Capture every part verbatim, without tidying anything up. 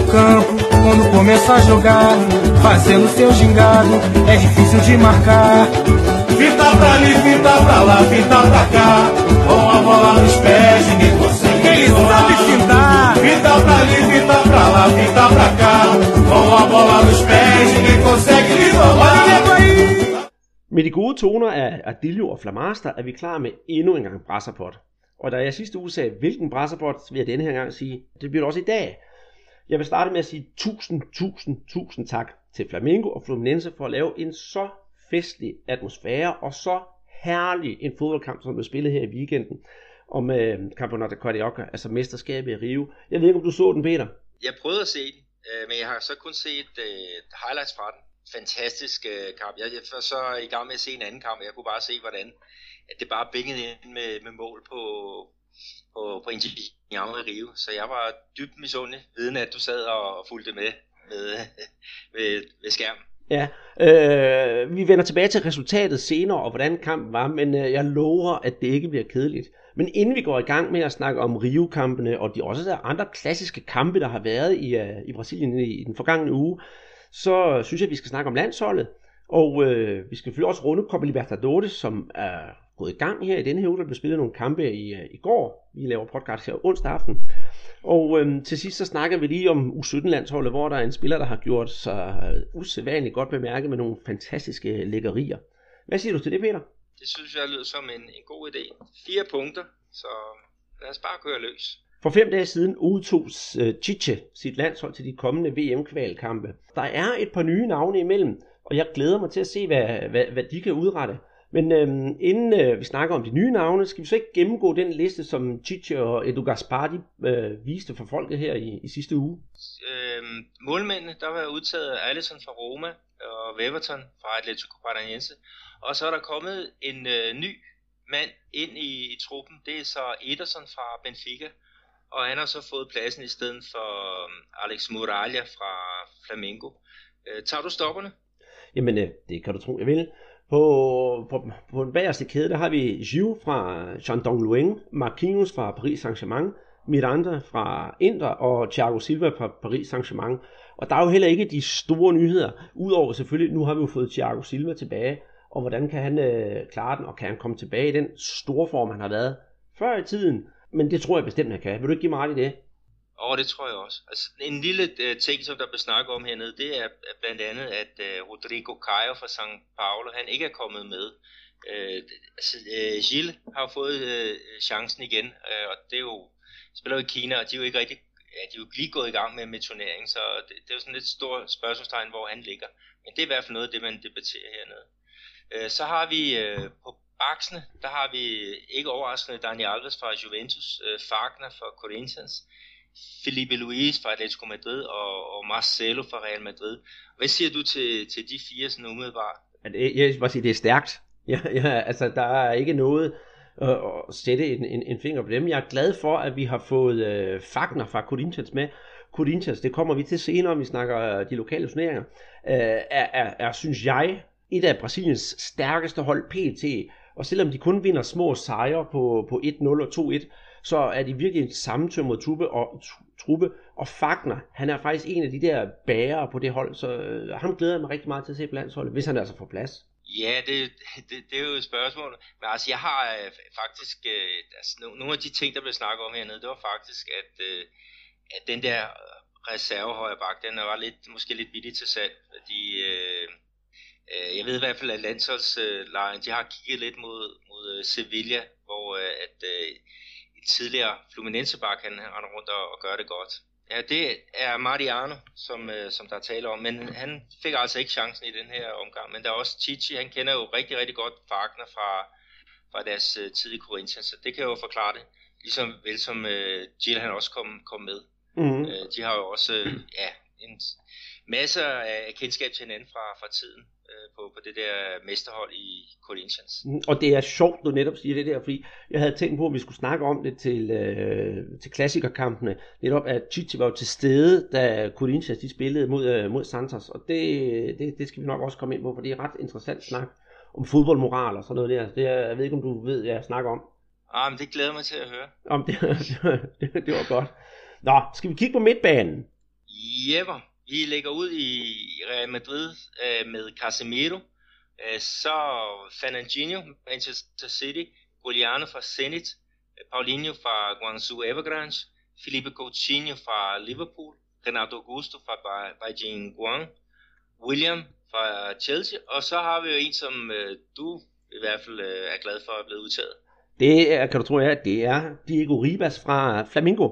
campo, quando começa a jogar, fazendo seu gingado, é difícil de marcar. Fita pra ali, fita pra lá, fita pra cá, com a bola nos pés, ninguém consegue. Ele sabe fintar. Fita pra ali, fita pra lá, fita pra cá, com a bola nos pés, ninguém consegue lhe roubar. Med de gode toner af Ardillo og Flamaster er vi klar med endnu en gang Brasserpot. Og da jeg sidste uge sagde, hvilken Brasserpot, vil jeg denne her gang sige, det bliver det også i dag. Jeg vil starte med at sige tusind, tusind, tusind tak til Flamengo og Fluminense for at lave en så festlig atmosfære og så herlig en fodboldkamp, som blev spillet her i weekenden om øh, Campeonato Carioca, altså mesterskabet i Rio. Jeg ved ikke, om du så den, Peter? Jeg prøvede at se den, øh, men jeg har så kun set øh, highlights fra den. Fantastisk øh, kamp. Jeg var så i gang med at se en anden kamp, og jeg kunne bare se, hvordan at det bare bingede ind med, med mål på, på, på Intignano i Rio. Så jeg var dybt misundelig, viden at du sad og fulgte med med, med, med skærmen. Ja, øh, vi vender tilbage til resultatet senere, og hvordan kampen var, men øh, jeg lover, at det ikke bliver kedeligt. Men inden vi går i gang med at snakke om Rio-kampene, og de også der andre klassiske kampe, der har været i, uh, i Brasilien i, i den forgangne uge, så synes jeg, at vi skal snakke om landsholdet. Og øh, vi skal selvfølgelig også runde Copa Libertadores, som er gået i gang her i denne her uge. Der blev spillet nogle kampe i, uh, i går. Vi laver podcast her onsdag aften. Og øh, til sidst så snakker vi lige om U sytten-landsholdet, hvor der er en spiller, der har gjort sig usædvanligt godt bemærket med nogle fantastiske lækkerier. Hvad siger du til det, Peter? Det synes jeg lyder som en, en god idé. Fire punkter, så lad os bare køre løs. For fem dage siden udtog uh, Chiche sit landshold til de kommende V M-kvalkampe. Der er et par nye navne imellem, og jeg glæder mig til at se, hvad, hvad, hvad de kan udrette. Men øhm, inden øh, vi snakker om de nye navne, skal vi så ikke gennemgå den liste, som Chiche og Edu Gaspar øh, viste for folket her i, i sidste uge? Øhm, målmændene, der var udtaget Alisson fra Roma og Weverton fra Atletico Paranaense. Og så er der kommet en øh, ny mand ind i, i truppen. Det er så Ederson fra Benfica. Og han har så fået pladsen i stedet for um, Alex Muralla fra Flamengo. Øh, tager du stopperne? Jamen, øh, det kan du tro, jeg vil. På, på, på den bagerste kæde, der har vi Giroud fra Shandong-Luneng, Marquinhos fra Paris Saint-Germain, Miranda fra Inter og Thiago Silva fra Paris Saint-Germain. Og der er jo heller ikke de store nyheder, udover selvfølgelig, nu har vi jo fået Thiago Silva tilbage, og hvordan kan han øh, klare den, og kan han komme tilbage i den store form, han har været før i tiden. Men det tror jeg bestemt, han kan. Vil du ikke give mig ret i det? Åh, oh, det tror jeg også. Altså, en lille uh, ting, som der blev snakket om hernede, det er blandt andet, at uh, Rodrigo Caio fra São Paulo, han ikke er kommet med. Uh, altså, uh, Gilles har fået uh, chancen igen, uh, og det er jo, spiller jo i Kina, og de er jo ikke rigtig, ja, de er jo lige gået i gang med, med turneringen, så det, det er jo sådan et stort spørgsmålstegn, hvor han ligger. Men det er i hvert fald noget af det, man debatterer hernede. Uh, så har vi uh, på baksene, der har vi ikke overraskende Dani Alves fra Juventus, uh, Fagner fra Corinthians, Felipe Luis fra Atletico Madrid og, og Marcelo fra Real Madrid. Hvad siger du til, til de fire sådan umiddelbart? Jeg vil bare sige, det er stærkt. Ja, ja, altså, der er ikke noget at, at sætte en, en, en finger på dem. Jeg er glad for, at vi har fået øh, Fagner fra Corinthians med. Corinthians, det kommer vi til senere, om vi snakker de lokale turneringer, øh, er, er, er, synes jeg, et af Brasiliens stærkeste hold P T. Og selvom de kun vinder små sejre på, på et nul og to et, så er de virkelig en sammentømret truppe, og, truppe, og Fagner, han er faktisk en af de der bærere på det hold, så øh, ham glæder jeg mig rigtig meget til at se på landsholdet, hvis han altså får plads. Ja, det, det, det er jo et spørgsmål, men altså jeg har øh, faktisk, øh, altså, no, nogle af de ting, der blev snakket om hernede, det var faktisk, at, øh, at den der reservehøjreback, den var lidt, måske lidt billig til salg, fordi øh, øh, jeg ved i hvert fald, at landsholdslejren, de har kigget lidt mod, mod øh, Sevilla, hvor øh, at øh, tidligere Fluminense-bak, han render rundt og, og gør det godt. Ja, det er Mariano, som, øh, som der taler om, men han fik altså ikke chancen i den her omgang. Men der er også Chichi, han kender jo rigtig, rigtig godt Fagner fra, fra deres øh, tid i Corinthians, så det kan jo forklare det. Ligesom vel som øh, Gilles, han også kom, kom med. Mm-hmm. Øh, de har jo også øh, ja, en masse af kendskab til hinanden fra, fra tiden øh, på, på det der mesterhold i Corinthians. Og det er sjovt, du netop siger det der, fordi jeg havde tænkt på, at vi skulle snakke om det til, øh, til klassikerkampene. Netop at Chichi var jo til stede, da Corinthians de spillede mod, øh, mod Santos, og det, det, det skal vi nok også komme ind på, for det er ret interessant snak om fodboldmoral og sådan noget der. Det er, jeg ved ikke, om du ved, hvad jeg snakker om. Ah, men det glæder mig til at høre. Om det, det, det var godt. Nå, skal vi kigge på midtbanen? Jever. Vi lægger ud i Real Madrid øh, med Casemiro, øh, så Fernandinho, Manchester City, Giuliano fra Zenit, Paulinho fra Guangzhou Evergrande, Felipe Coutinho fra Liverpool, Renato Augusto fra Beijing Guang, William fra Chelsea, og så har vi jo en, som øh, du i hvert fald øh, er glad for at blive udtaget. Det er, kan du tro, ja, det er Diego Ribas fra Flamengo.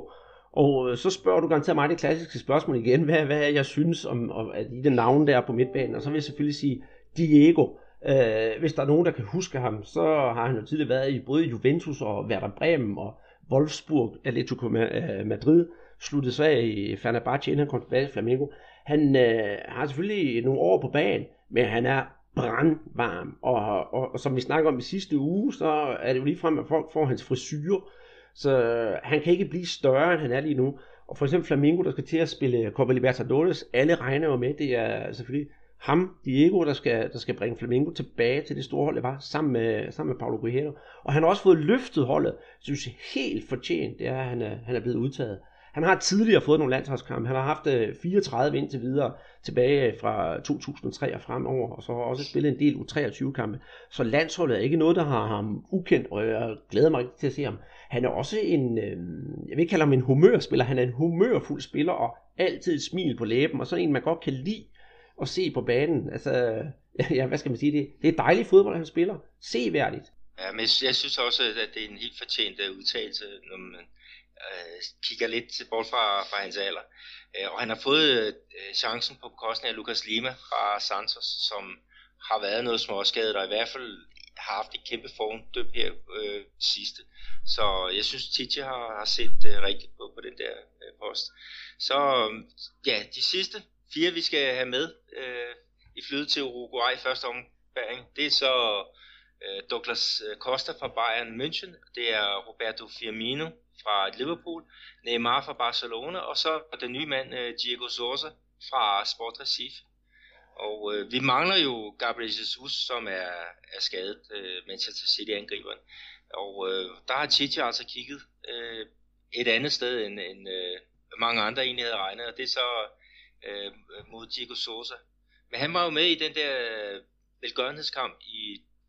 Og så spørger du garanteret mig det klassiske spørgsmål igen, hvad, hvad jeg synes om, om at de navne der på midtbanen, og så vil jeg selvfølgelig sige Diego. Øh, hvis der er nogen, der kan huske ham, så har han jo tidligere været i både Juventus og Werder Bremen og Wolfsburg, Atletico Madrid, sluttede så af i Fenerbahce, inden han kom tilbage til Flamengo. Han øh, har selvfølgelig nogle år på banen, men han er brandvarm, og, og, og som vi snakker om i sidste uge, så er det jo lige frem, at folk får hans frisyr, så han kan ikke blive større, end han er lige nu. Og for eksempel Flamengo, der skal til at spille Copa Libertadores, alle regner jo med, det er selvfølgelig ham, Diego, der skal, der skal bringe Flamengo tilbage til det store hold, det var, sammen med, sammen med Paulo Guerrero. Og han har også fået løftet holdet, synes jeg helt fortjent, det er, at han er, han er blevet udtaget. Han har tidligere fået nogle landsholdskampe. Han har haft fireogtredive indtil videre tilbage fra to tusind og tre og fremover, og så har også spillet en del U treogtyve kampe. Så landsholdet er ikke noget, der har ham ukendt, og jeg glæder mig rigtig til at se ham. Han er også en, jeg vil ikke kalde ham en humørspiller, han er en humørfuld spiller, og altid et smil på læben, og sådan en, man godt kan lide at se på banen. Altså, ja, hvad skal man sige, det, det er dejligt fodbold, han spiller. Seværdigt. Ja, men jeg synes også, at det er en helt fortjent udtalelse, når man øh, kigger lidt bort fra, fra hans alder. Øh, og han har fået øh, chancen på bekostning af Lucas Lima fra Santos, som har været noget småskadet, og i hvert fald har haft et kæmpe formdøb her øh, sidste. Så jeg synes, Tite har, har set øh, rigtigt på, på den der øh, post. Så ja, de sidste fire, vi skal have med øh, i flyet til Uruguay i første ombæring, det er så øh, Douglas Costa fra Bayern München, det er Roberto Firmino fra Liverpool, Neymar fra Barcelona, og så den nye mand øh, Diego Souza fra Sport Recife. Og øh, vi mangler jo Gabriel Jesus, som er, er skadet, øh, Manchester City-angriberen. Og øh, der har Tite altså kigget øh, et andet sted, end, end øh, mange andre egentlig havde regnet, og det er så øh, mod Diego Souza. Men han var jo med i den der velgørenhedskamp i,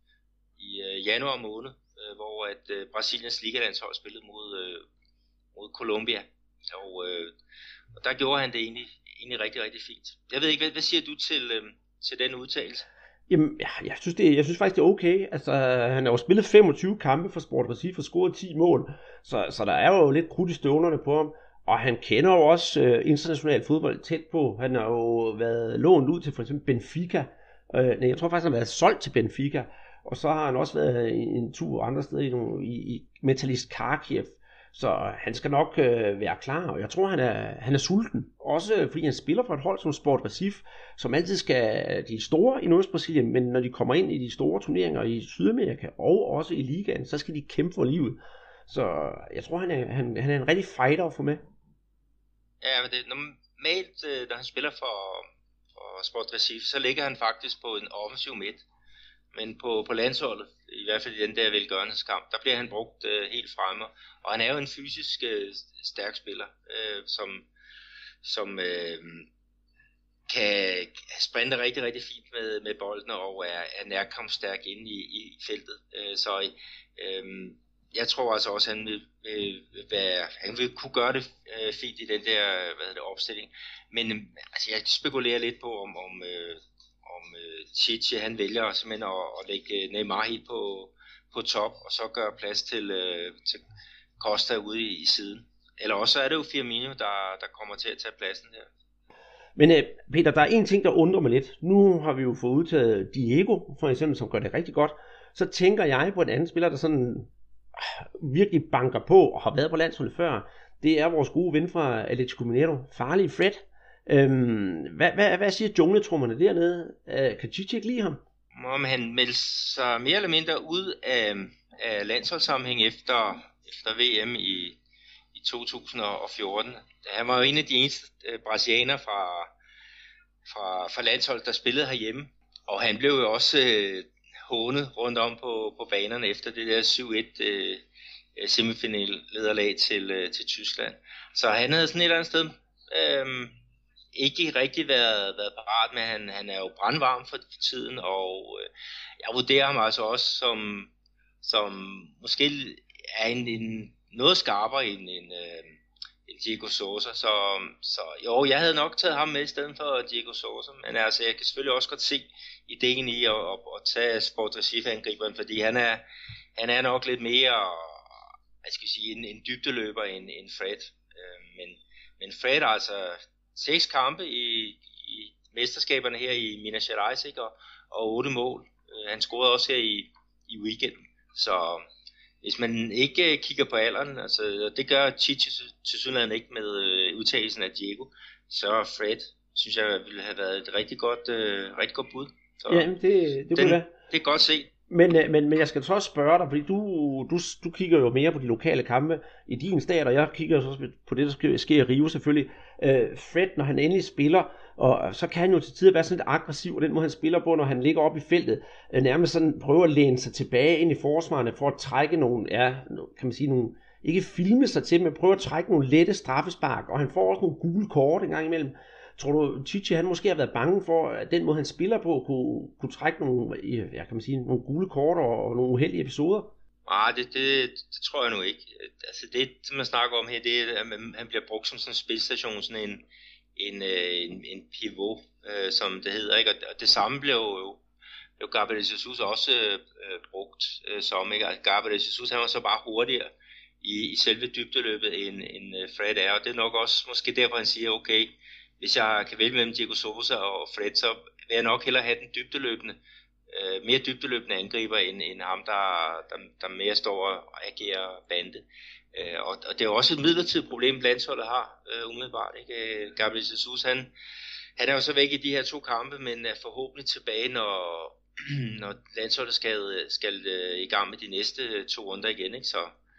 i øh, januar måned, øh, hvor at øh, Brasiliens ligalandshold spillede mod, øh, mod Colombia. Og, øh, og der gjorde han det egentlig, egentlig rigtig, rigtig fint. Jeg ved ikke, hvad, hvad siger du til, øh, til den udtalelse? Jamen, ja, jeg synes, det, jeg synes faktisk, det er okay. Altså, han har jo spillet femogtyve kampe for Sport Recife og scoret ti mål. Så, så der er jo lidt krudt i støvlerne på ham. Og han kender jo også øh, international fodbold tæt på. Han har jo været lånt ud til for eksempel Benfica. Øh, nej, jeg tror faktisk, han har været solgt til Benfica. Og så har han også været i en tur andre steder i, nogle, i, i Metalist Kharkiv. Så han skal nok øh, være klar, og jeg tror, han er, han er sulten. Også fordi han spiller for et hold som Sport Recife, som altid skal de store i Nordøst-Brasilien, men når de kommer ind i de store turneringer i Sydamerika og også i ligaen, så skal de kæmpe for livet. Så jeg tror, han er, han, han er en rigtig fighter at få med. Ja, men det er normalt, når han spiller for, for Sport Recife, så ligger han faktisk på en offensiv midt. Men på, på landsholdet, i hvert fald i den der velgørenhedskamp, der bliver han brugt øh, helt fremme. Og han er jo en fysisk øh, stærk spiller, øh, som, som øh, kan sprinte rigtig, rigtig fint med, med bolden og er, er nærkampstærk inde i, i feltet. Øh, så øh, jeg tror altså også, at han vil, vil, være, han vil kunne gøre det øh, fint i den der hvad hedder det, opstilling. Men øh, altså, jeg spekulerer lidt på, om... om øh, om uh, Tite, han vælger simpelthen at, at lægge Neymar helt på, på top, og så gøre plads til, uh, til Costa ude i, i siden. Eller også er det jo Firmino, der, der kommer til at tage pladsen her. Men uh, Peter, der er en ting, der undrer mig lidt. Nu har vi jo fået udtaget Diego, for eksempel, som gør det rigtig godt. Så tænker jeg på en anden spiller, der sådan uh, virkelig banker på, og har været på landsholdet før. Det er vores gode ven fra Atletico Mineiro, farlige Fred. Øhm, hvad, hvad, hvad siger jungletrummerne dernede? Øh, kan Tite ikke lide ham? Om han meldte sig mere eller mindre ud af, af landsholdssammenhæng efter, efter V M i, i to tusind og fjorten. Han var jo en af de eneste øh, brasilianere fra, fra, fra landsholdet, der spillede herhjemme. Og han blev jo også øh, hånet rundt om på, på banerne efter det der syv et øh, semifinal-lederlag til, øh, til Tyskland. Så han havde sådan et eller andet sted... Øh, ikke rigtig været, været parat, men han, han er jo brandvarm for tiden, og øh, jeg vurderer ham altså også som, som måske er en, en noget skarpere end en, øh, en Diego Sousa, så, så jo, jeg havde nok taget ham med i stedet for Diego Sousa, men altså, jeg kan selvfølgelig også godt se ideen i at, at, at tage Sport Recife-angriberen, fordi han er, han er nok lidt mere, jeg skal sige, en, en dybdeløber end, end Fred, øh, men, men Fred altså seks kampe i, i mesterskaberne her i Minas Gerais, ikke? Og, og otte mål. Øh, han scorede også her i, i weekenden, så hvis man ikke kigger på alderen, altså det gør Chichi til synligheden ikke med øh, udtagelsen af Diego, så Fred, synes jeg, ville have været et rigtig godt, øh, rigtig godt bud. Så ja, det, det den, kunne det. Det er godt set. Men, men, men jeg skal så også spørge dig, fordi du, du, du kigger jo mere på de lokale kampe i din stat, og jeg kigger så også på det, der sker i Rio selvfølgelig. Øh, Fred, når han endelig spiller, og så kan han jo til tider være sådan lidt aggressiv, og den måde han spiller på, når han ligger op i feltet, øh, nærmest sådan prøver at læne sig tilbage ind i forsvarerne for at trække nogle, ja, kan man sige, nogle, ikke filme sig til, men prøve at trække nogle lette straffespark, og han får også nogle gule kort en gang imellem. Tror du, Chichi han måske har været bange for, at den måde han spiller på, kunne, kunne trække nogle, ja, kan man sige, nogle gule kort og, og nogle uheldige episoder? Nej, det, det, det tror jeg nu ikke. Altså det, som man snakker om her, det er, at han bliver brugt som sådan en spilstation, sådan en, en, en, en pivot, øh, som det hedder, ikke? Og det samme blev jo, blev Gabriel Jesus også øh, brugt øh, som, ikke? Gabriel Jesus, han var så bare hurtigere i, i selve dybdeløbet, end, end Fred er, og det er nok også måske derfor, han siger, okay, hvis jeg kan vælge mellem Diego Sousa og Fred, så vil jeg nok hellere have den dybdeløbende, øh, mere dybdeløbende angriber, end, end ham, der, der, der mere står og agerer bande. Øh, og, og det er jo også et midlertidigt problem, landsholdet har, øh, umiddelbart. Ikke? Gabriel Jesus, han, han er jo så væk i de her to kampe, men er forhåbentlig tilbage, når, når landsholdet skal, skal øh, i gang med de næste to runder igen. Ikke? Så,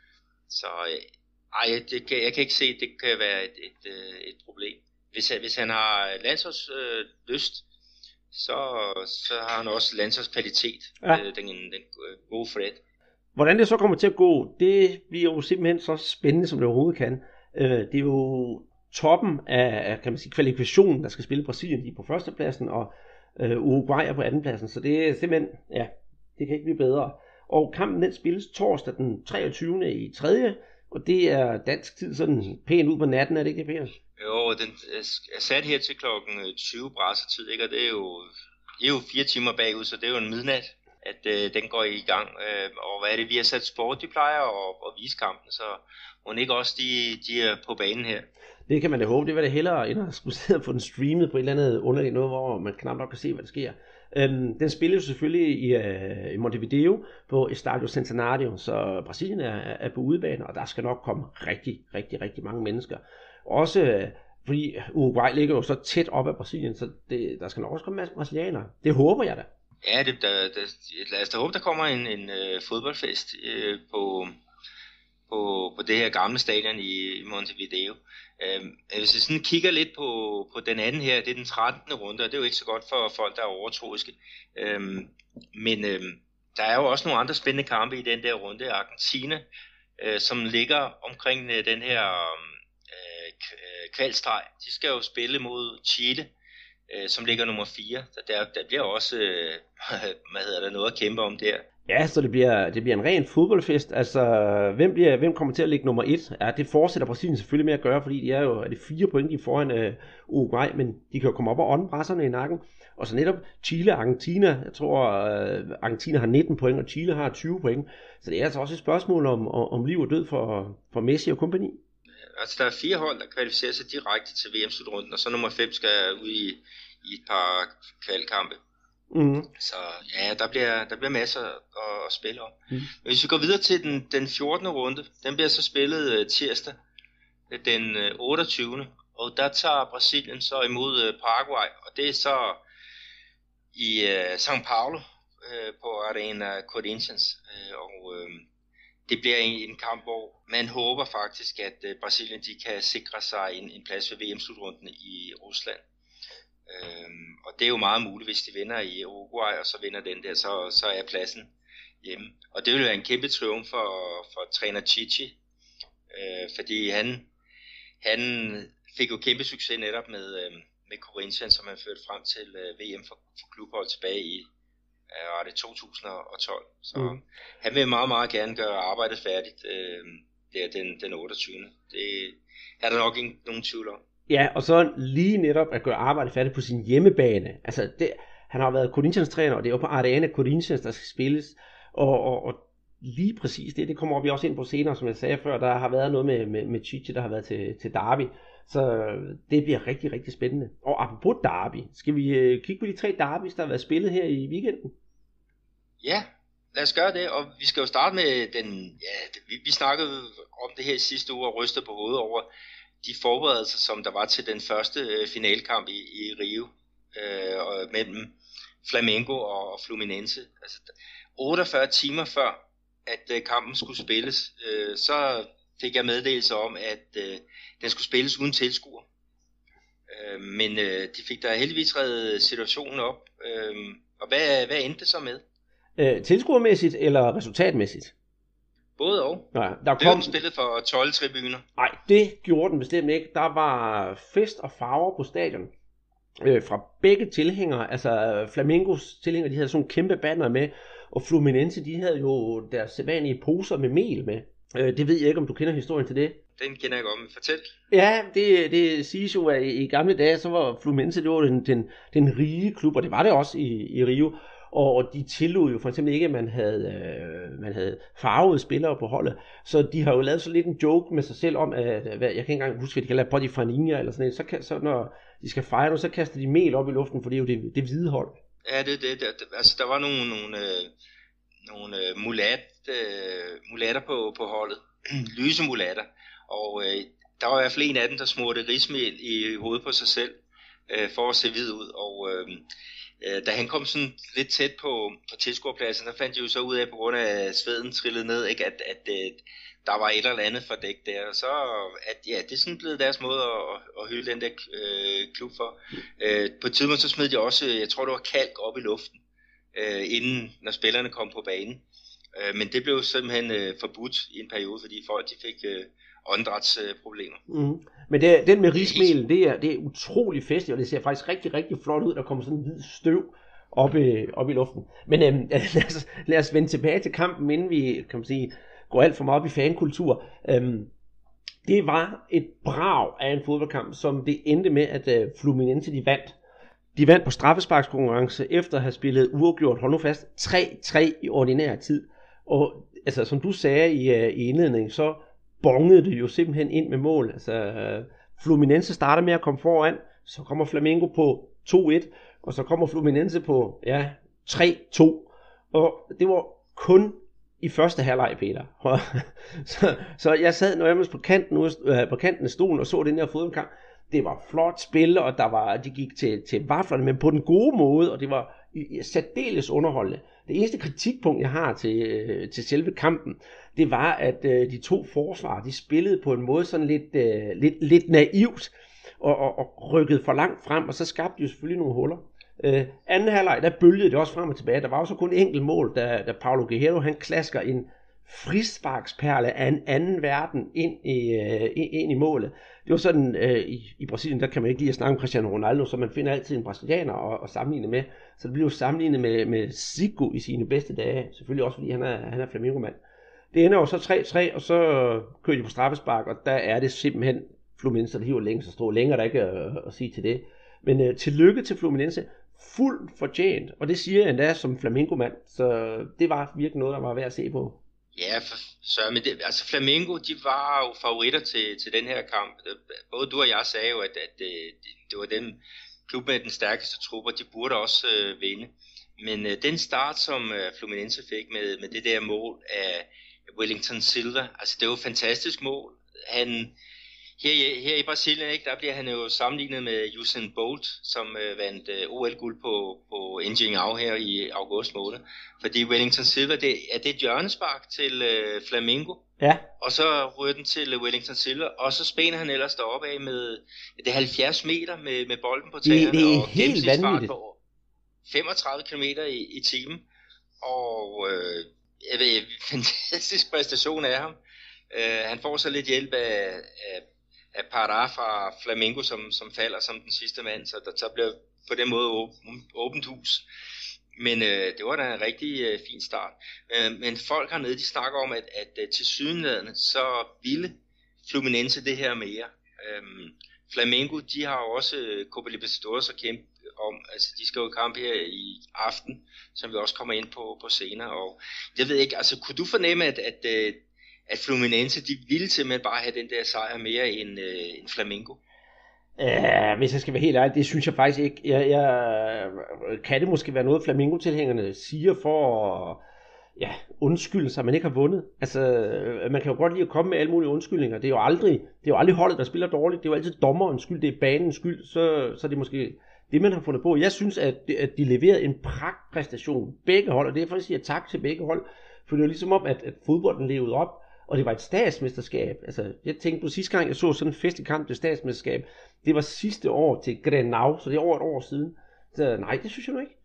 så øh, ej, det kan, jeg kan ikke se, at det kan være et, et, et, et problem. Hvis han, hvis han har landsholdslyst, øh, så, så har han også landsholdskvalitet, ja. øh, den, den gode Fred. Hvordan det så kommer til at gå, det bliver jo simpelthen så spændende, som det overhovedet kan. Øh, det er jo toppen af, kan man sige, kvalifikationen, der skal spille Brasilien lige på førstepladsen, og øh, Uruguay er på andenpladsen, så det er simpelthen, ja, det kan ikke blive bedre. Og kampen den spilles torsdag den treogtyvende i tredje, og det er dansk tid sådan pænt ud på natten, er det ikke det, Per? Jo, den er sat her til klokken tyve brassetid, ikke? Og det er, jo, det er jo fire timer bagud, så det er jo en midnat, at øh, den går i gang. Øh, og hvad er det, vi har sat sport, de plejer at, at vise kampen, så må ikke også de, de er på banen her. Det kan man da håbe, det var det hellere, end at skulle sidde og få den streamet på et eller andet underligt noget, hvor man knap nok kan se, hvad der sker. Øhm, den spiller jo selvfølgelig i, øh, i Montevideo på Estadio Centenario, så Brasilien er, er på udebane, og der skal nok komme rigtig, rigtig, rigtig mange mennesker. Også øh, fordi Uruguay ligger jo så tæt op af Brasilien, så det, der skal nok også komme masser af brasilianere. Det håber jeg da. Ja, det, der, der, lad os da håbe, der kommer en, en uh, fodboldfest uh, på, på, på det her gamle stadion i, i Montevideo. Uh, hvis vi sådan kigger lidt på, på den anden her, det er den trettende runde, og det er jo ikke så godt for folk, der er overtroiske. Uh, men uh, der er jo også nogle andre spændende kampe i den der runde. Argentina, uh, som ligger omkring uh, den her uh, kvalstreg, de skal jo spille mod Chile, som ligger nummer fire. Så der, der bliver også øh, hvad hedder der, noget at kæmpe om der. Ja, så det bliver, det bliver en ren fodboldfest. Altså, hvem, bliver, hvem kommer til at ligge nummer et? Ja, det fortsætter Brasilien selvfølgelig med at gøre, fordi de er jo er det fire point de foran øh, Uruguay, men de kan jo komme op og ånde brasserne i nakken. Og så netop Chile og Argentina. Jeg tror, øh, Argentina har nitten point, og Chile har tyve point. Så det er altså også et spørgsmål om, om liv og død for, for Messi og kompagni. Altså, der er fire hold, der kvalificerer sig direkte til V M-slutrunden, og så nummer fem skal ud i, i et par kvalkampe. Mm. Så ja, der bliver, der bliver masser at, at spille om. Mm. Men hvis vi går videre til den, den fjortende runde, den bliver så spillet uh, tirsdag, den uh, otteogtyvende Og der tager Brasilien så imod uh, Paraguay, og det er så i uh, São Paulo uh, på Arena Corinthians. Uh, og uh, det bliver en, en kamp, hvor man håber faktisk, at uh, Brasilien de kan sikre sig en, en plads ved V M-slutrunden i Rusland. Øhm, og det er jo meget muligt, hvis de vinder i Uruguay, og så vinder den der, så, så er pladsen hjemme. Og det vil være en kæmpe triumf for, for træner Chichi, øh, fordi han, han fik jo kæmpe succes netop med, øh, med Corinthians, som han førte frem til øh, V M for, for klubhold tilbage i øh, var det to tusind og tolv. Så mm. han vil meget, meget gerne gøre arbejdet færdigt øh, der den, den otteogtyvende Det er der nok ikke nogen tvivl om. Ja, og så lige netop at gøre arbejdet færdigt på sin hjemmebane. Altså, det, han har været Corinthians træner, og det er jo på Arena Corinthians, der skal spilles. Og, og, og lige præcis det, det kommer vi også ind på senere, som jeg sagde før. Der har været noget med, med, med Chichi, der har været til, til Derby. Så det bliver rigtig, rigtig spændende. Og apropos Derby, skal vi øh, kigge på de tre derbys, der har været spillet her i weekenden? Ja, lad os gøre det, og vi skal jo starte med den, ja, det, vi, vi snakkede om det her i sidste uge og rystede på hovedet over de forberedelser, som der var til den første øh, finalkamp i, i Rio, øh, og mellem Flamengo og, og Fluminense. Altså otteogfyrre timer før, at øh, kampen skulle spilles, øh, så fik jeg meddelelse om, at øh, den skulle spilles uden tilskuer. Øh, men øh, de fik der heldigvis reddet situationen op, øh, og hvad, hvad endte det så med? Øh, tilskuermæssigt eller resultatmæssigt? Både og. Nej, der blev kom... den spillet for tolv tribuner? Nej, det gjorde den bestemt ikke. Der var fest og farver på stadion. Øh, fra begge tilhængere. Altså Flamengos tilhængere, de havde sådan nogle kæmpe banner med. Og Fluminense, de havde jo deres sædvanlige poser med mel med. Øh, det ved jeg ikke, om du kender historien til det. Den kender jeg godt, men fortæl. Ja, det, det siges jo, at i gamle dage, så var Fluminense, det var den, den, den rige klub, og det var det også i, i Rio. Og de tillod jo for eksempel ikke, at man havde, øh, man havde farvede spillere på holdet. Så de har jo lavet så lidt en joke med sig selv om, at hvad, jeg kan ikke engang huske, hvad de kalder body faninha eller sådan noget. Så, kan, så når de skal fejre noget, så kaster de mel op i luften, for det er jo det, det hvide hold. Ja, det det. det altså, der var nogle, nogle, øh, nogle øh, mulat, øh, mulatter på, på holdet. Lyse mulatter. Og øh, der var i hvert fald en af dem, der smurte rismel i hovedet på sig selv, øh, for at se hvid ud. Og øh, da han kom sådan lidt tæt på, på tilskuerpladsen, der fandt de jo så ud af, på grund af sveden trillede ned, ikke, at, at, at der var et eller andet fordækt der. Og så at, ja, det er sådan blevet deres måde at, at hylde den der øh, klub for. Øh, på et tidspunkt så smed de også, jeg tror det var kalk op i luften, øh, inden når spillerne kom på banen. Øh, men det blev simpelthen øh, forbudt i en periode, fordi folk de fik øh, åndedrætsproblemer. Mm. Men det, den med rismel, det er, det er utrolig festligt, og det ser faktisk rigtig, rigtig flot ud. Der kommer sådan en hvid støv op i, op i luften. Men øhm, lad, os, lad os vende tilbage til kampen, inden vi kan man sige, går alt for meget op i fankultur. Øhm, det var et brag af en fodboldkamp, som det endte med, at øh, Fluminense de vandt. De vandt på straffesparkskonkurrence efter at have spillet uafgjort, hold nu fast, tre tre i ordinær tid. Og altså, som du sagde i, uh, i indledningen, så bongede det jo simpelthen ind med mål. Altså, uh, Fluminense starter med at komme foran, så kommer Flamengo på to et, og så kommer Fluminense på ja, tre to. Og det var kun i første halvleg, Peter. så, så jeg sad nærmest på kanten, uh, på kanten af stolen og så den her fodboldkamp. Det var flot spil, og der var, de gik til, til vaflerne, men på den gode måde, og det var særdeles underholdende. Det eneste kritikpunkt, jeg har til, til selve kampen, det var, at øh, de to forsvarer, de spillede på en måde sådan lidt, øh, lidt, lidt naivt, og, og, og rykkede for langt frem, og så skabte de jo selvfølgelig nogle huller. Øh, anden halvleg, der bølgede det også frem og tilbage. Der var også kun et enkelt mål, da, da Paulo Guerrero, han klasker en frisparksperle af en anden verden ind i, øh, ind i målet. Det var sådan, øh, i, i Brasilien, der kan man ikke lide at snakke om Cristiano Ronaldo, så man finder altid en brasilianer at, at sammenligne med. Så det bliver jo sammenlignet med, med Zico i sine bedste dage, selvfølgelig også fordi han er, han er Flamengo-mand. Det ender jo så tre tre, og så kører de på straffespark, og der er det simpelthen Fluminense, der hiver længst og står længere, der ikke at, at sige til det. Men øh, tillykke til Fluminense, fuldt fortjent, og det siger jeg endda som Flamengo-mand, så det var virkelig noget, der var værd at se på. Ja, for, så, men det, altså Flamengo, de var jo favoritter til, til den her kamp. Både du og jeg sagde jo, at, at det, det var den klub med den stærkeste trupper, de burde også øh, vinde. Men øh, den start, som øh, Fluminense fik med, med det der mål af Wellington Silva, altså det var et fantastisk mål. Han, her, her i Brasilien, ikke, der bliver han jo sammenlignet med Usain Bolt, som øh, vandt øh, O L-guld på, på Engenhão her i august måned. Fordi Wellington Silva, det er det et hjørnespark til øh, Flamengo, ja. Og så ryger den til Wellington Silva, og så spænder han ellers deroppe af med det er halvfjerds meter med, med bolden på tæerne, det, det er og helt vanvittigt. På femogtredive kilometer i, i timen, og øh, jeg ved, fantastisk præstation af ham. Uh, han får så lidt hjælp af, af af Pará fra Flamengo, som, som falder som den sidste mand, så der så bliver på den måde åbent, åbent hus. Men øh, det var da en rigtig øh, fin start. Øh, men folk hernede, de snakker om, at, at, at til sydenladende, så ville Fluminense det her mere. Øh, Flamengo, de har også Copa Libertadores at kæmpe om. Altså, de skal jo i kamp her i aften, som vi også kommer ind på, på senere. Og jeg ved ikke, altså, kunne du fornemme, at, at, at Fluminense, de ville simpelthen bare have den der sejr mere end, uh, end Flamengo? Uh, hvis jeg skal være helt ærlig, det synes jeg faktisk ikke. Jeg, jeg, kan det måske være noget, Flamengo-tilhængerne siger for at ja, undskylde sig, man ikke har vundet? Altså, man kan jo godt lide at komme med alle mulige undskyldninger. Det er jo aldrig, det er jo aldrig holdet, der spiller dårligt. Det er jo altid dommerens skyld, det er banens skyld. Så, så det er måske det, man har fundet på. Jeg synes, at, at de leverede en pragtpræstation. Begge hold, og det er for at sige tak til begge hold. For det var ligesom om, at, at fodbolden levede op, og det var et statsmesterskab. Altså, jeg tænkte på sidste gang, jeg så sådan en festlig til statsmesterskab. Det var sidste år til Grenau, så det er over et år siden. Så nej, det synes jeg nu ikke.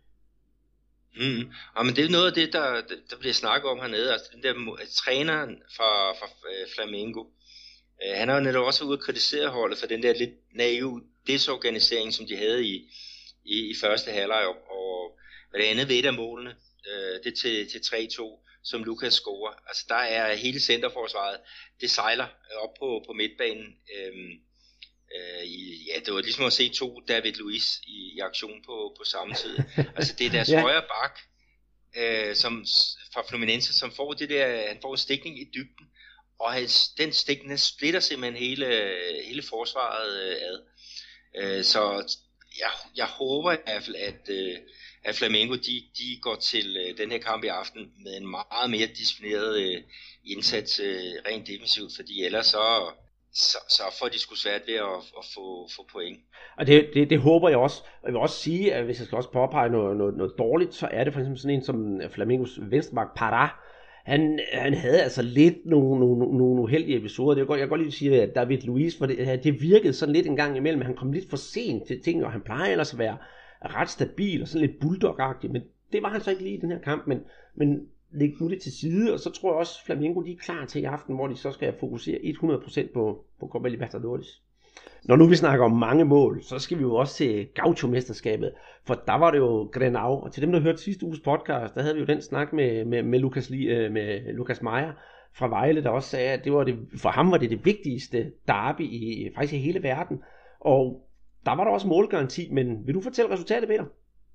Mm. Ja, men det er noget af det, der, der bliver snakket om hernede. Altså den der træneren fra, fra Flamengo, øh, han har jo netop også været ude at kritisere holdet for den der lidt naive desorganisering, som de havde i, i, i første halvleg, og, og hvad det andet ved et af målene, øh, det til, til tre to, som Lucas scorer. Altså der er hele centerforsvaret, det sejler op på, på midtbanen. Øh, øh, i, ja, det var ligesom at se to David Luiz i, i aktion på, på samme tid. Altså det er deres ja. højre bak, øh, som, fra Fluminense, som får det der, han får en stikning i dybden, og hans, den stikning splitter simpelthen hele, hele forsvaret øh, ad. Øh, så jeg, jeg håber i hvert fald, at, øh, at Flamengo de, de går til øh, den her kamp i aften med en meget mere disciplineret øh, indsats øh, rent defensivt, fordi ellers så, så, så får de sgu svært ved at, at få, få point. Og det, det, det håber jeg også. Og jeg vil også sige, at hvis jeg skal også påpege noget, noget, noget dårligt, så er det for eksempel sådan en som Flamengos venstreback Pará. Han, han havde altså lidt nogle, nogle, nogle uheldige episoder. Det er godt, jeg kan godt lige sige, at David Luiz, for det, det virkede sådan lidt en gang imellem, han kom lidt for sent til ting, og han plejer ellers at være ret stabil og sådan lidt bulldog-agtig, men det var han så ikke lige i den her kamp, men, men læg nu det til side, og så tror jeg også, Flamengo de er klar til i aften, hvor de så skal fokusere hundrede procent på, på Copa Libertadores. Når nu vi snakker om mange mål, så skal vi jo også til Gaucho-mesterskabet, for der var det jo Grenau, og til dem, der hørte sidste uges podcast, der havde vi jo den snak med, med, med, Lucas, med Lucas Meyer fra Vejle, der også sagde, at det var det, for ham var det det vigtigste derby i, faktisk i hele verden, og der var der også målgaranti, men vil du fortælle resultatet, Peter?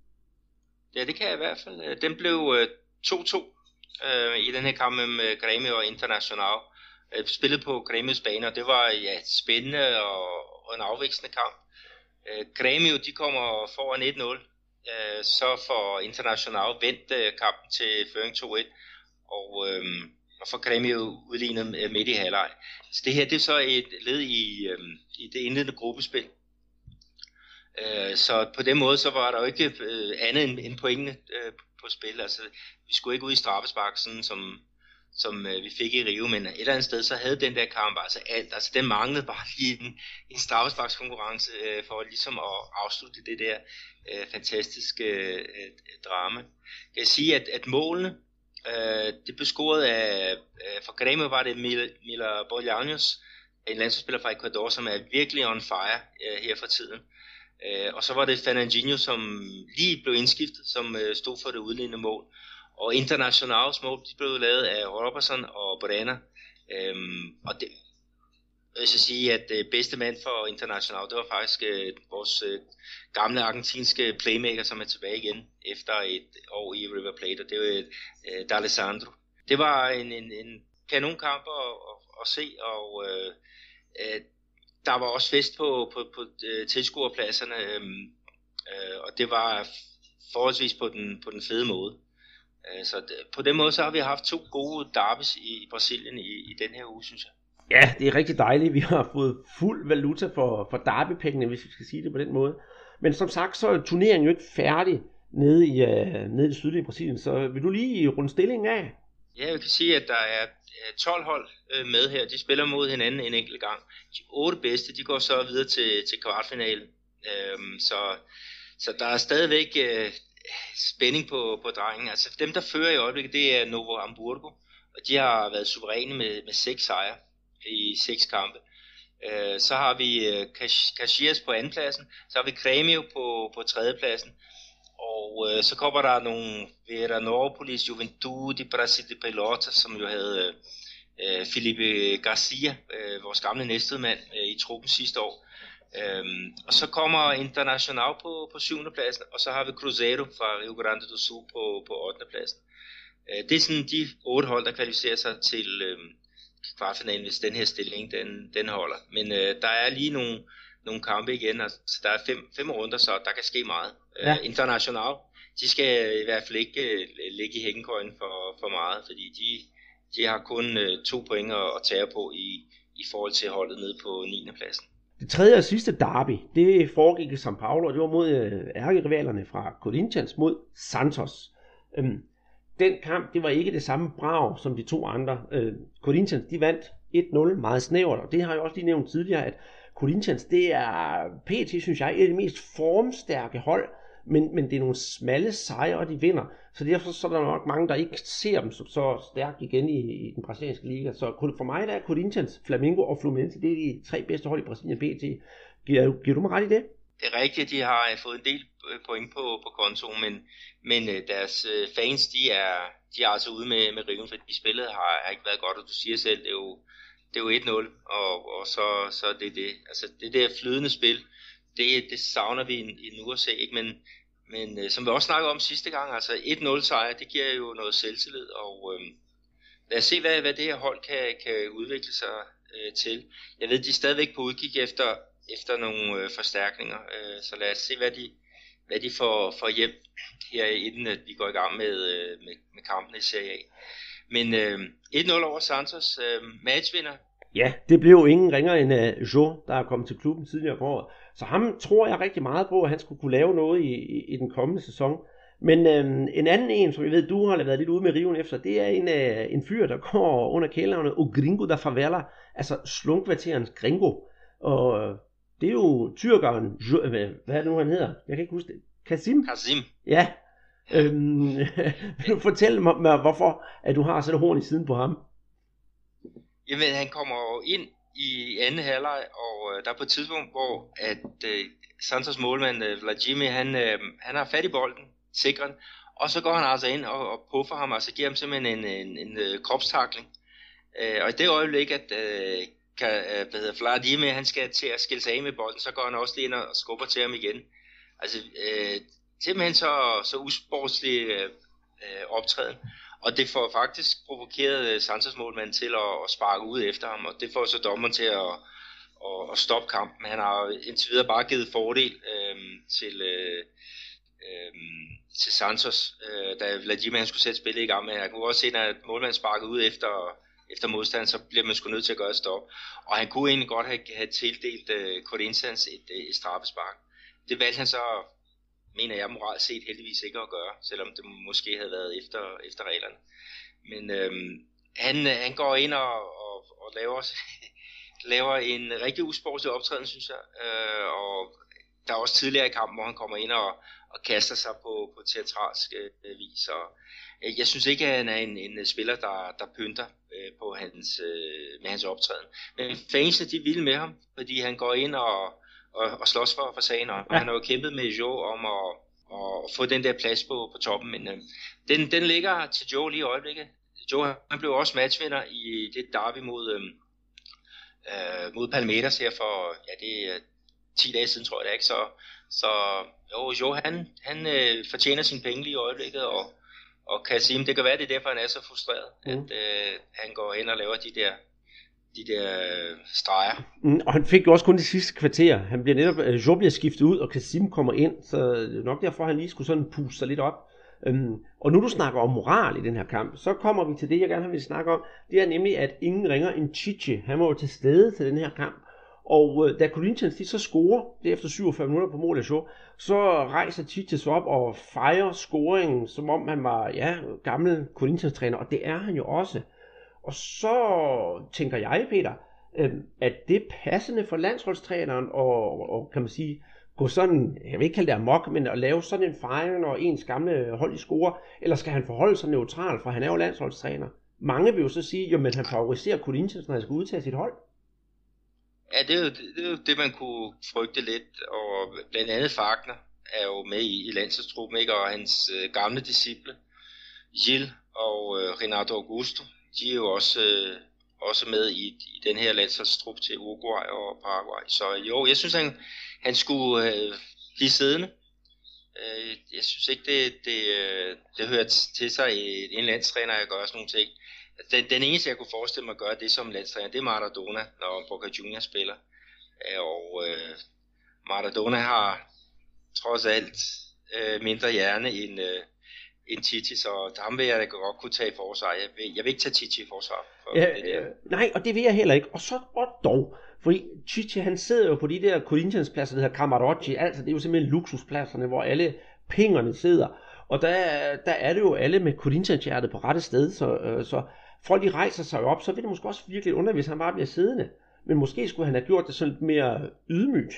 Ja, det kan jeg i hvert fald. Den blev to to øh, i den her kamp med Grêmio og Internacional. Spillet på Grêmios bane, og det var ja, spændende og, og en afvekslende kamp. Øh, Grêmio, de kommer foran et nul, øh, så får Internacional vendt øh, kampen til føring to et, og, øh, og får Grêmio udlignet midt i halvleg. Så det her, det er så et led i, øh, i det indledende gruppespil. Øh, så på den måde, så var der jo ikke øh, andet end, end pointene øh, på spil. Altså, vi skulle ikke ud i straffespark, sådan som som øh, vi fik i Rio, men et eller andet sted, så havde den der kamp altså alt, altså den manglede bare lige en, en straffesparkskonkurrence øh, for ligesom at afslutte det der øh, fantastiske øh, drama. Jeg kan sige, at, at målene, øh, det blev scoret af, øh, for Grêmio var det Miller Bolaños, en landsholdsspiller fra Ecuador, som er virkelig on fire øh, her for tiden. Øh, og så var det Fernandinho, som lige blev indskiftet, som øh, stod for det udlignende mål. Og Internationals mål, de blev lavet af Robertson og Borena. Øhm, og det, jeg vil sige, at det bedste mand for International, det var faktisk øh, vores øh, gamle argentinske playmaker, som er tilbage igen efter et år i River Plate, og det var øh, D'Alessandro. Det var en, en, en kanonkamp at, at, at se, og øh, øh, der var også fest på, på, på tilskuerpladserne, øh, øh, og det var forholdsvis på den, på den fede måde. Så på den måde så har vi haft to gode derbys i Brasilien i, i den her uge, synes jeg. Ja, det er rigtig dejligt. Vi har fået fuld valuta for, for derbypengene, hvis vi skal sige det på den måde. Men som sagt, så er turneringen jo ikke færdig nede i, uh, nede i det sydlige Brasilien. Så vil du lige runde stillingen af? Ja, jeg kan sige, at der er tolv hold med her. De spiller mod hinanden en enkelt gang. De otte bedste, de går så videre til, til kvartfinalen. Øhm, så, så der er stadigvæk øh, spænding på, på drengen. Altså dem, der fører i øjeblikket, det er Novo Hamburgo. Og de har været suveræne med, med seks sejre i seks kampe. Øh, så har vi øh, Caxias på andenpladsen, så har vi Grêmio på, på tredjepladsen, og øh, så kommer der nogle Veranópolis, Juventude, Brasil de Pelotas, som jo havde øh, Felipe Garcia, øh, vores gamle næstedmand, øh, i truppen sidste år. Øhm, og så kommer Internacional på, på syvende pladsen, og så har vi Cruzeiro fra Rio Grande do Sul på, på ottende pladsen. Øh, det er sådan de otte hold, der kvalificerer sig til øh, kvartfinalen, hvis den her stilling den, den holder. Men øh, der er lige nogle, nogle kampe igen, altså der er fem, fem runder, så der kan ske meget. Ja. Øh, Internacional, de skal i hvert fald ikke øh, ligge i hængekøjen for, for meget, fordi de, de har kun øh, to point at tage på i, i forhold til holdet nede på niende pladsen. Det tredje og sidste derby, det foregik i São Paulo, og det var mod ærkerivalerne fra Corinthians mod Santos. Øhm, den kamp, det var ikke det samme brag som de to andre. Øh, Corinthians, de vandt et nul meget snævert, og det har jeg også lige nævnt tidligere, at Corinthians, det er P T, synes jeg, et af de mest formstærke hold, men, men det er nogle smalle sejre, de vinder. Så derfor så er der nok mange, der ikke ser dem så, så stærkt igen i, i den brasilianske liga. Så for mig der er Corinthians, Flamengo og Fluminense, det er de tre bedste hold i Brasilien P T. Giver, giver du mig ret i det? Det er rigtigt, de har fået en del point på, på kontoen, men, men deres fans, de er, de er altså ude med, med riven, for de spillet har, har ikke været godt, og du siger selv, det er jo, det er jo et nul, og, og så, så det er det. Altså det der flydende spil, det, det savner vi i nu at se, ikke? Men Men øh, som vi også snakkede om sidste gang, altså et nul sejr, det giver jo noget selvtillid, og øh, lad os se, hvad, hvad det her hold kan, kan udvikle sig øh, til. Jeg ved, de er stadigvæk på udkig efter, efter nogle øh, forstærkninger, øh, så lad os se, hvad de, hvad de får, får hjem her, inden at vi går i gang med, øh, med, med kampen i Serie A. Men øh, et nul over Santos, øh, matchvinder. Ja, det blev jo ingen ringer end uh, Jo, der er kommet til klubben tidligere på året. Så ham tror jeg rigtig meget på, at han skulle kunne lave noget i, i, i den kommende sæson. Men øhm, en anden en, som jeg ved, du har været lidt ude med riven efter, det er en, øh, en fyr, der går under kælderne, O Gringo da Favela, altså slunkvarterens Gringo. Og øh, det er jo tyrkeren, jo, hvad, hvad er det nu, han hedder? Jeg kan ikke huske det. Kasim? Kasim. Ja. Øhm, vil du fortælle mig, hvorfor at du har sådan et horn i siden på ham? Jamen, han kommer jo ind i anden halvleg, og øh, der er på et tidspunkt, hvor at øh, Santos målmand øh, Vladimir, han, øh, han har fat i bolden, sikrer den, og så går han altså ind og, og puffer ham, altså giver ham simpelthen en, en, en, en kropstakling. Øh, og i det øjeblik, at øh, kan, øh, hvad hedder, Vladimir, han skal til at skille sig af med bolden, så går han også lige ind og skubber til ham igen. Altså, øh, simpelthen så, så usportslig øh, optræden. Og det får faktisk provokeret Santos målmanden til at, at sparke ud efter ham, og det får så dommeren til at, at, at stoppe kampen. Han har indtil videre bare givet fordel øh, til, øh, øh, til Santos, øh, da Vladimir han skulle sætte spillet i gang med. Jeg kunne også se, at målmanden sparkede ud efter, efter modstand, så bliver man sgu nødt til at gøre et stop. Og han kunne egentlig godt have, have tildelt øh, Corinthians et, et straffespark. Det valgte han så, mener jeg, moralt set heldigvis ikke at gøre, selvom det måske havde været efter, efter reglerne. Men øhm, han, han går ind og, og, og laver, laver en rigtig usportslig optræden, synes jeg. Øh, og der er også tidligere i kampen, hvor han kommer ind og, og kaster sig på, på teatralsk øh, vis. Og, øh, jeg synes ikke, at han er en, en spiller, der, der pynter øh, på hans, øh, med hans optræden. Men fansene, de er vilde med ham, fordi han går ind og Og, og slås for, for sagen, og ja. Han har jo kæmpet med Joe om at, at få den der plads på, på toppen, men øh, den, den ligger til Joe lige i øjeblikket. Joe, han blev også matchvinder i det derby mod, øh, øh, mod Palmeiras her for, ja, det er ti dage siden, tror jeg det ikke, så, så jo, Joe, han, han øh, fortjener sine penge lige i øjeblikket, og, og Kasim, det kan være, det er derfor, han er så frustreret, mm. at øh, han går hen og laver de der de der streger. Mm, og han fik jo også kun det sidste kvarter. Han bliver netop, uh, Jo bliver skiftet ud, og Kasim kommer ind, så det er nok derfor, han lige skulle sådan puste sig lidt op. Um, og nu du snakker om moral i den her kamp, så kommer vi til det, jeg gerne vil snakke om. Det er nemlig, at ingen ringer end Chiche. Han var jo til stede til den her kamp. Og uh, da Corinthians de så scorer, det er efter syvogfyrre minutter på mål af Jo, så rejser Chiche sig op og fejrer scoringen, som om han var, ja, gammel Corinthians-træner, og det er han jo også. Og så tænker jeg, Peter, at det er passende for landsholdstræneren og, og kan man sige, gå sådan, jeg vil ikke kalde det amok, men at lave sådan en fejring, når ens gamle hold i score, eller skal han forholde sig neutral, for han er jo landsholdstræner. Mange vil jo så sige, jo, men han favoriserer Corinthians, når han skal udtage sit hold. Ja, det er, jo, det er jo det, man kunne frygte lidt, og blandt andet Fagner er jo med i, i landsholdstruppen, ikke? Og hans øh, gamle disciple, Gilles og øh, Renato Augusto, de er jo også, øh, også med i, i den her landsholdstrup til Uruguay og Paraguay. Så jo, jeg synes, han, han skulle øh, blive siddende. Øh, jeg synes ikke, det, det, øh, det hører til sig i en landstræner at gøre sådan nogle ting. Den, den eneste, jeg kunne forestille mig at gøre det som landstræner, det er Maradona, når Boca Juniors spiller. Og øh, Maradona har trods alt øh, mindre hjerne end, øh, end Tite, så ham vil jeg da godt kunne tage i forsvar. Jeg vil, jeg vil ikke tage Tite i forsvar. For ja, det der. Øh, nej, og det vil jeg heller ikke. Og så og dog, fordi Tite, han sidder jo på de der Corinthians-pladser, der hedder Camarote, altså det er jo simpelthen luksuspladserne, hvor alle pengerne sidder. Og der, der er det jo alle med Corinthians-hjertet på rette sted, så, øh, så folk de rejser sig op, så vil det måske også virkelig undre, hvis han bare bliver siddende. Men måske skulle han have gjort det sådan lidt mere ydmygt.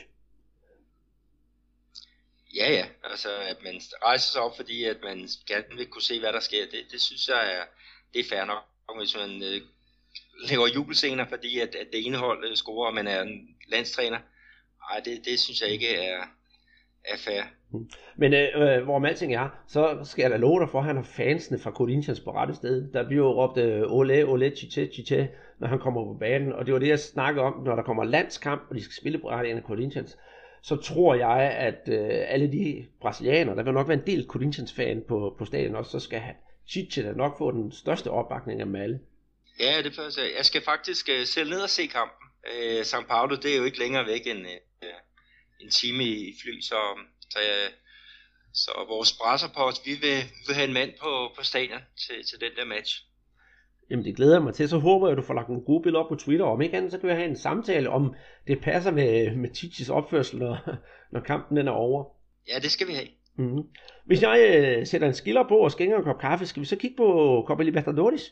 Ja, ja. Altså, at man rejser sig op, fordi at man gerne vil kunne se, hvad der sker. Det, det synes jeg er, det er fair nok. Hvis man øh, laver jubelscener, fordi at, at det ene hold øh, scorer, og man er en landstræner. Ej, det, det synes jeg ikke er, er fair. Men øh, hvor man alting er, så skal jeg da love dig for, at han har fansene fra Corinthians på rette sted. Der bliver jo råbt øh, ole, ole, chiche, chiche, når han kommer på banen. Og det var det, jeg snakkede om, når der kommer landskamp, og de skal spille på rette af Corinthians. Så tror jeg, at øh, alle de brasilianere, der vil nok være en del Corinthians-fan på, på stadion også, så skal Chiche da nok få den største opbakning af dem alle. Ja, det først. Jeg skal faktisk uh, selv ned og se kampen. Uh, São Paulo, det er jo ikke længere væk end uh, en time i fly, så, så, uh, så vores presserpost, vi vil, vi vil have en mand på, på stadion til, til den der match. Jamen det glæder jeg mig til. Så håber jeg, at du får lagt nogle gode billeder op på Twitter. Om ikke andet, så kan vi have en samtale om, det passer med, med Tiches opførsel, når, når kampen den er over. Ja, det skal vi have. Mm-hmm. Hvis jeg øh, sætter en skiller på og skænker en kop kaffe, skal vi så kigge på Copa Libertadores?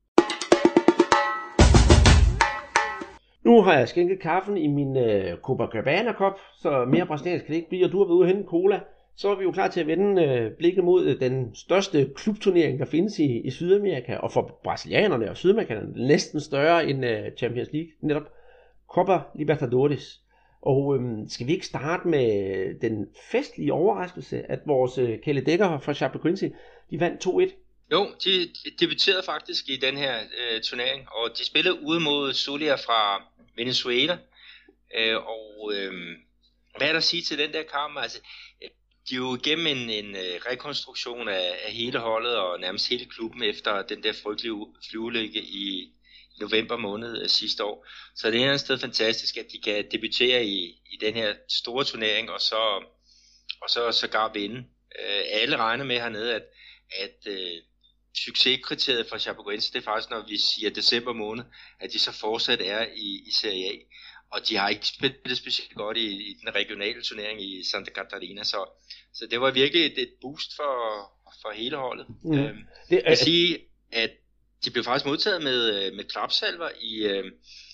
Nu har jeg skænket kaffen i min øh, Copacabana-kop, så mere brasiliansk kan det ikke blive, og du har været ude og hente cola. Så er vi jo klar til at vende øh, blikket mod øh, den største klubturnering, der findes i, i Sydamerika, og for brasilianerne og sydamerikanerne næsten større end øh, Champions League, netop Copa Libertadores. Og øh, skal vi ikke starte med den festlige overraskelse, at vores øh, Kelle Dækker fra Chapecoense, de vandt to et? Jo, de debuterede faktisk i den her øh, turnering, og de spillede ude mod Zulia fra Venezuela. Øh, og øh, hvad er der at sige til den der kamp? Altså, de er jo igennem en, en rekonstruktion af, af hele holdet og nærmest hele klubben efter den der frygtelige flyulykke i november måned sidste år. Så det er et andet sted fantastisk, at de kan debutere i, i den her store turnering og så, og så sågar vinde. Uh, alle regner med hernede, at, at uh, succeskriteriet for Chapecoense, det er faktisk, når vi siger december måned, at de så fortsat er i, i Serie A. Og de har ikke spillet specielt godt i, i den regionale turnering i Santa Catarina, så, så det var virkelig et, et boost for, for hele holdet. Mm. Øhm, det er... Jeg kan sige, at de blev faktisk modtaget med, med klapsalver i, øh,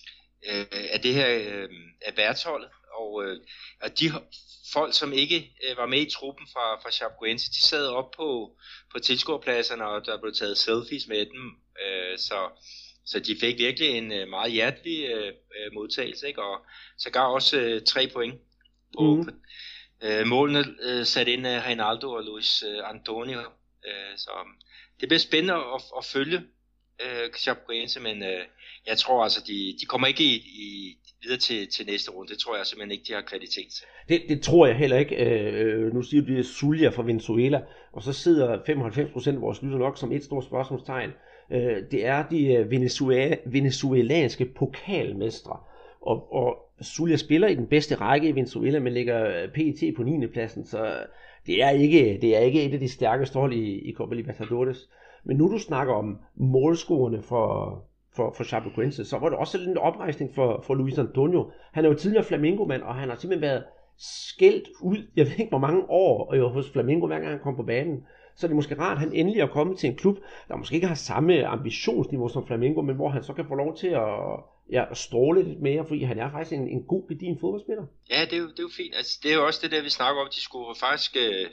øh, af det her øh, af værtsholdet, og, øh, og de folk, som ikke øh, var med i truppen fra, fra Chapecoense, de sad op på, på tilskuerpladserne, og der blev taget selfies med dem, øh, så Så de fik virkelig en øh, meget hjertelig øh, modtagelse, ikke? Og så gav også øh, tre point på, mm. på øh, målene øh, sat ind af Reinaldo og Luis øh, Antonio. Øh, så det bliver spændende at, at følge øh, Chapecoense, men øh, jeg tror altså, de, de kommer ikke i, i, videre til, til næste runde. Det tror jeg simpelthen ikke, de har kvalitet til. Det, det tror jeg heller ikke. Øh, nu siger du, det er Zulia fra Venezuela, og så sidder femoghalvfems procent af vores lytter nok som et stort spørgsmålstegn. Det er de Venezuela, venezuelanske pokalmestre, og, og Zulia spiller i den bedste række i Venezuela, men ligger P E T på niende pladsen, så det er ikke, det er ikke et af de stærkeste hold i, i Copa Libertadores. Men nu du snakker om målscorerne for, for, for Chapecoense, så var det også lidt en oprejsning for, for Luis Antonio. Han er jo tidligere Flamengo-mand, og han har simpelthen været skældt ud, jeg ved ikke hvor mange år, og jo hos Flamengo, hver gang han kom på banen. Så det er måske rart, at han endelig er kommet til en klub, der måske ikke har samme ambitionsniveau som Flamengo, men hvor han så kan få lov til at, ja, at stråle lidt mere, fordi han er faktisk en, en god, gedigen fodboldspiller. Ja, det er, jo, det er jo fint. Altså, det er jo også det der, vi snakker om. De skulle faktisk øh,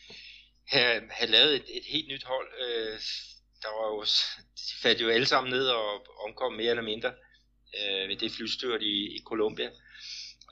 have, have lavet et, et helt nyt hold. Øh, der var jo, de faldt jo alle sammen ned og omkom mere eller mindre øh, ved det flystyrt i, i Colombia.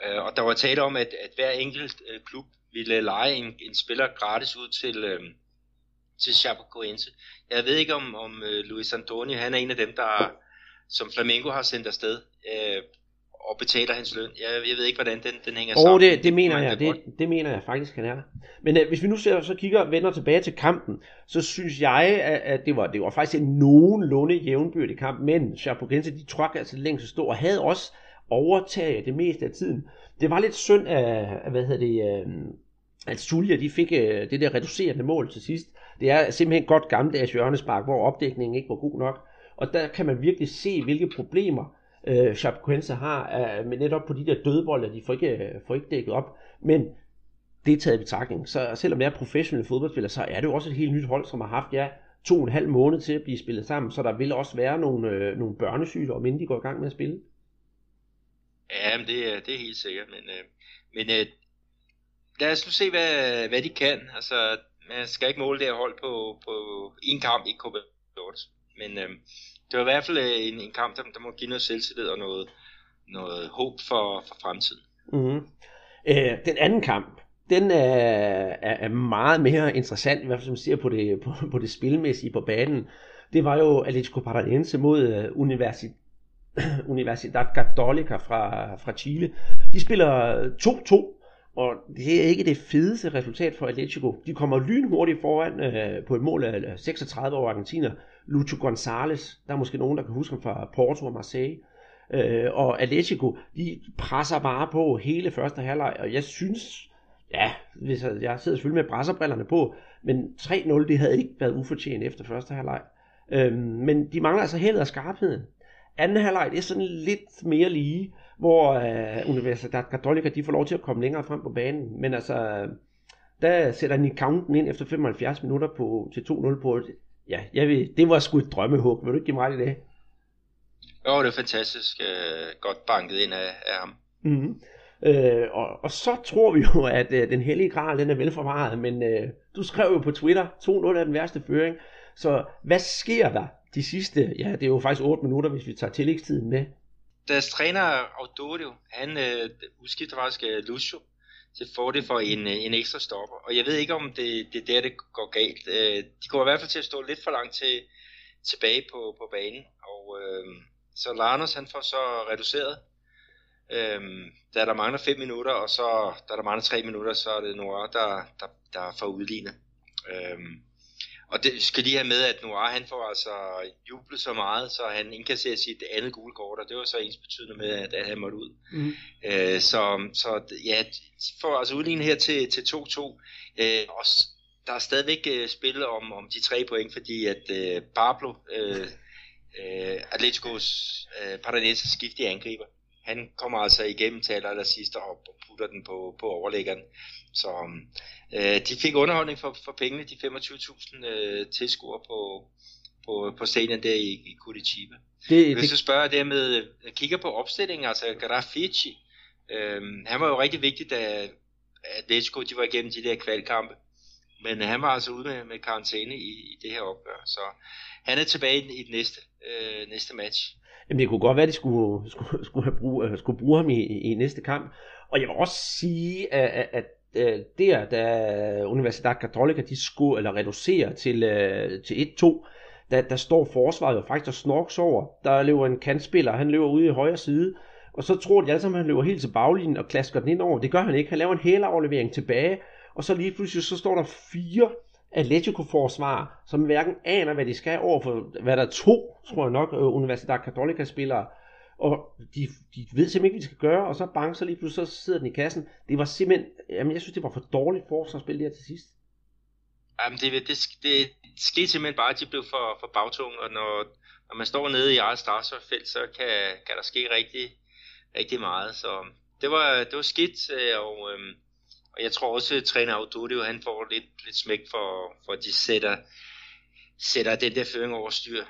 Øh, og der var tale om, at, at hver enkelt øh, klub ville lege en, en spiller gratis ud til, øh, til Chapecoense. Jeg ved ikke om, om øh, Luis Antonio, han er en af dem, der som Flamengo har sendt afsted øh, og betaler hans løn. Jeg, jeg ved ikke, hvordan den, den hænger oh, sammen. Det, det mener jeg, det, det mener jeg faktisk, han er. Men øh, hvis vi nu ser, så kigger og vender tilbage til kampen, så synes jeg, at, at det, var, det var faktisk en nogenlunde jævnbyrdig kamp, men Chapecoense, de trak altså længst stå og havde også overtaget det meste af tiden. Det var lidt synd, at, at hvad hedder det, at Zulia, de fik det der reducerende mål til sidst. Det er simpelthen godt gammeldags hjørnespark, hvor opdækningen ikke var god nok. Og der kan man virkelig se, hvilke problemer øh, Chapecoense har øh, med netop på de der dødbolde, de får ikke, får ikke dækket op. Men det er taget i betragtning. Så selvom jeg er professionel fodboldspiller, så er det jo også et helt nyt hold, som har haft ja, to og en halv måned til at blive spillet sammen. Så der vil også være nogle, øh, nogle børnesygdomme, inden de går i gang med at spille. Ja, men det, er, det er helt sikkert. Men, øh, men øh, lad os nu se, hvad, hvad de kan. Altså, man skal ikke måle det her hold på, på en kamp i Copa Libertadores. Men øh, det var i hvert fald en, en kamp, der, der må give noget selvtillid og noget, noget håb for, for fremtiden. Mm-hmm. Øh, den anden kamp, den er, er, er meget mere interessant, i hvert fald som man ser på det, på, på det spilmæssige på banen. Det var jo Atlético Paranaense mod uh, Universi- Universidad Católica fra, fra Chile. De spiller to to. Og det er ikke det fedeste resultat for Atletico. De kommer lynhurtigt foran øh, på et mål af seksogtredive år argentiner. Lucho González, der er måske nogen, der kan huske ham fra Porto og Marseille. Øh, og Atletico, de presser bare på hele første halvleg. Og jeg synes, ja, hvis jeg, jeg sidder selvfølgelig med brasserbrillerne på, men tre nul, det havde ikke været ufortjent efter første halvleg. Øh, men de mangler altså heldet og skarpheden. Anden halvleg, det er sådan lidt mere lige, hvor uh, Universidad Católica, de får lov til at komme længere frem på banen. Men altså, der sætter de counten ind efter femoghalvfjerds minutter på, til to nul på. Ja, jeg ved, det var sgu et drømmehug. Vil du ikke give mig ret i det? Jo, det er fantastisk uh, godt banket ind af, af ham. Mm-hmm. Uh, og, og så tror vi jo, at uh, den hellige gral, den er velforvaret. Men uh, du skrev jo på Twitter, to nul er den værste føring. Så hvad sker der de sidste, ja, det er jo faktisk otte minutter, hvis vi tager tillægstiden med. Deres træner, Autorio, han øh, udskifter faktisk uh, Lucio til fordel for en, uh, en ekstra stopper. Og jeg ved ikke, om det, det er der, det går galt. Uh, de går i hvert fald til at stå lidt for langt til, tilbage på, på banen. Og uh, så Lanos, han får så reduceret, uh, da der mangler fem minutter, og så da der mangler tre minutter, så er det Noir, der, der, der får udlignet. Uh, Og det skal lige have med, at Noir, han får altså jublet så meget, så han indkasserer sit andet gule kort, og det var så ens betydende med, at han måtte ud. Mm. Øh, så, så ja, de får altså udlignet her til, til to to, øh, og der er stadigvæk øh, spillet om, om de tre point, fordi at øh, Pablo, øh, øh, Atleticos øh, Paranaense skiftige angriber, han kommer altså igennem til aller, aller sidste og putter den på, på overlæggeren. Så øh, de fik underholdning for, for pengene, de femogtyve tusind øh, tilskuere på, på, på stadion der i, i Curitiba. Det, Hvis du spørger dermed, kigger på opstillingen, altså Graffiti, øh, han var jo rigtig vigtig, da Atletico de var igennem de der kvalkampe. Men han var altså ude med, med karantæne i, i det her opgør, så han er tilbage i, i den næste, øh, næste match. Jamen det kunne godt være, at de skulle, skulle, skulle, have brug, skulle bruge ham i, i næste kamp. Og jeg vil også sige, at, at, at der, da Universidad Católica, de skulle eller reducerer til, til et to, der, der står forsvaret jo faktisk og snorks over. Der løber en kantspiller, han løber ude i højre side, og så tror de alle sammen, at han løber helt til baglinjen og klasker den ind over. Det gør han ikke. Han laver en hælaflevering tilbage, og så lige pludselig så står der fire Atletico-forsvar, som hverken aner, hvad de skal over for, hvad der er to, tror jeg nok, Universidad Católica-spillere, og de, de ved simpelthen ikke, hvad de skal gøre, og så bang, så lige pludselig så sidder den i kassen. Det var simpelthen, jamen jeg synes, det var for dårligt forsvarsspil der til sidst. Jamen det, det, det skete simpelthen bare, at de blev for, for bagtunge, og når, når man står nede i eget startfelt, så kan, kan der ske rigtig, rigtig meget, så det var, det var skidt, og øhm, Og jeg tror også, at træner Autorio, han får lidt, lidt smæk for, for at de sætter, sætter den der føring over styr.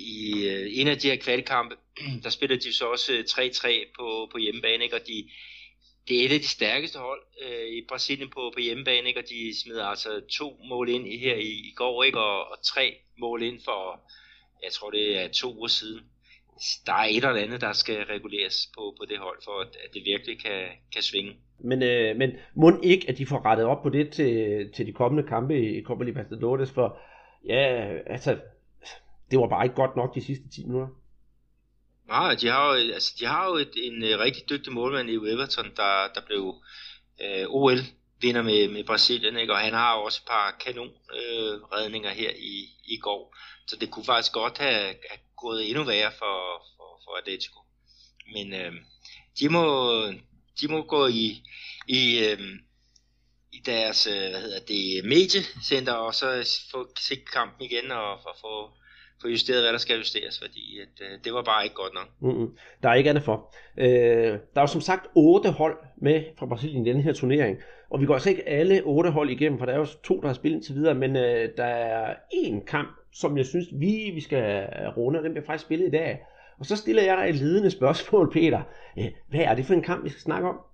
I uh, en af de her kvalkampe, der spiller de så også tre tre på, på hjemmebane, ikke? Og de, det er et af de stærkeste hold uh, i Brasilien på, på hjemmebane, ikke? Og de smider altså to mål ind i, her i, i går, ikke? Og, og tre mål ind for, jeg tror det er to uger siden. der er et eller andet, der skal reguleres på, på det hold, for at, at det virkelig kan, kan svinge. Men, øh, men må ikke, at de får rettet op på det til, til de kommende kampe i Copa Libertadores, for ja, altså, det var bare ikke godt nok de sidste ti minutter. Nej, de har jo, altså, de har jo et, en uh, rigtig dygtig målmand i Everton, der, der blev uh, O L-vinder med, med Brasilien, ikke? Og han har også et par kanonredninger uh, her i, i går. Så det kunne faktisk godt have, have gået endnu værre for, for, for Atletico. Men uh, de, må, de må gå i, i, uh, i deres uh, hvad hedder det, mediecenter og så få se kampen igen og, og få... få justeret, hvad der skal justeres, fordi at, øh, det var bare ikke godt nok. Mm-hmm. Der er ikke andet for. Øh, der er jo som sagt otte hold med fra Brasilien i denne her turnering, og vi går altså ikke alle otte hold igennem, for der er jo to, der har spillet til videre, men øh, der er en kamp, som jeg synes, vi, vi skal runde, og den bliver faktisk spillet i dag. Og så stiller jeg dig et ledende spørgsmål, Peter. Øh, hvad er det for en kamp, vi skal snakke om?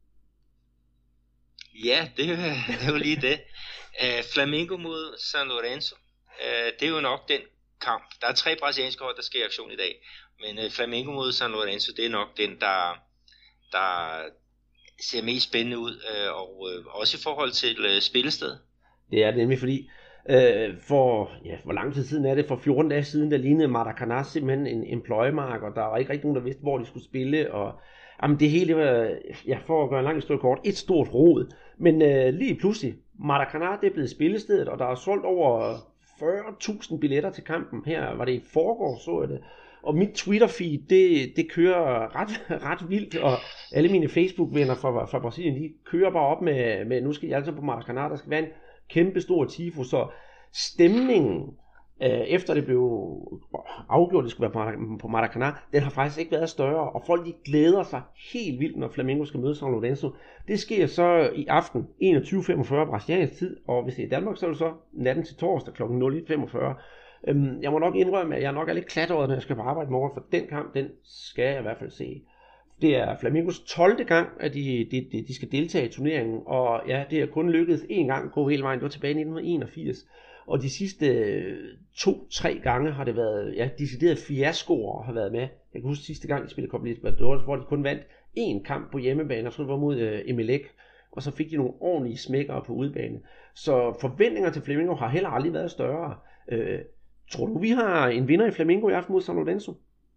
Ja, det, det er jo lige det. Uh, Flamengo mod San Lorenzo. Uh, det er jo nok den kamp. Der er tre brasilianske hold, der skal i aktion i dag, men uh, Flamengo mod San Lorenzo, det er nok den, der, der ser mest spændende ud, uh, og uh, også i forhold til uh, spillested. Det er det nemlig, fordi øh, for, ja, hvor lang tid siden er det? For fjorten dage siden, der lignede Maracanã simpelthen en, en pløjemark, og der var ikke rigtig nogen, der vidste, hvor de skulle spille, og jamen, det hele var, ja, for at gøre en lang historie kort, et stort rod, men øh, lige pludselig, Maracanã, det er blevet spillestedet, og der er solgt over fyrre tusind billetter til kampen. Her var det i forgår, så jeg det. Og mit Twitter-feed, det, det kører ret, ret vildt, og alle mine Facebook-venner fra, fra Brasilien, de kører bare op med, med, nu skal jeg altså på Maracanã, der skal være en kæmpe stor tifo, så stemningen, øh, efter det blev afgjort, det skulle være på Maracanã, den har faktisk ikke været større, og folk de glæder sig helt vildt, når Flamengo skal møde San Lorenzo. Det sker så i aften, enogtyve femogfyrre brasiliansk tid, og hvis det er i Danmark, så er det så natten til torsdag kl. nul et femogfyrre. Øhm, jeg må nok indrømme, at jeg nok er lidt klatret, når jeg skal på arbejde i morgen, for den kamp, den skal jeg i hvert fald se. Det er Flamengos tolvte gang, at de, de, de skal deltage i turneringen, og ja, det er kun lykkedes én gang at gå hele vejen, det var tilbage i nitten enogfirs. Og de sidste to-tre gange har det været, ja, deciderede fiaskoer har været med. Jeg kan huske sidste gang, de spillede Copa Libertadores, hvor de kun vandt én kamp på hjemmebane, og så var mod uh, Emelec, og så fik de nogle ordentlige smækkere på udebane. Så forventninger til Flamengo har heller aldrig været større. Uh, tror du, vi har en vinder i Flamengo i aften mod San Lorenzo?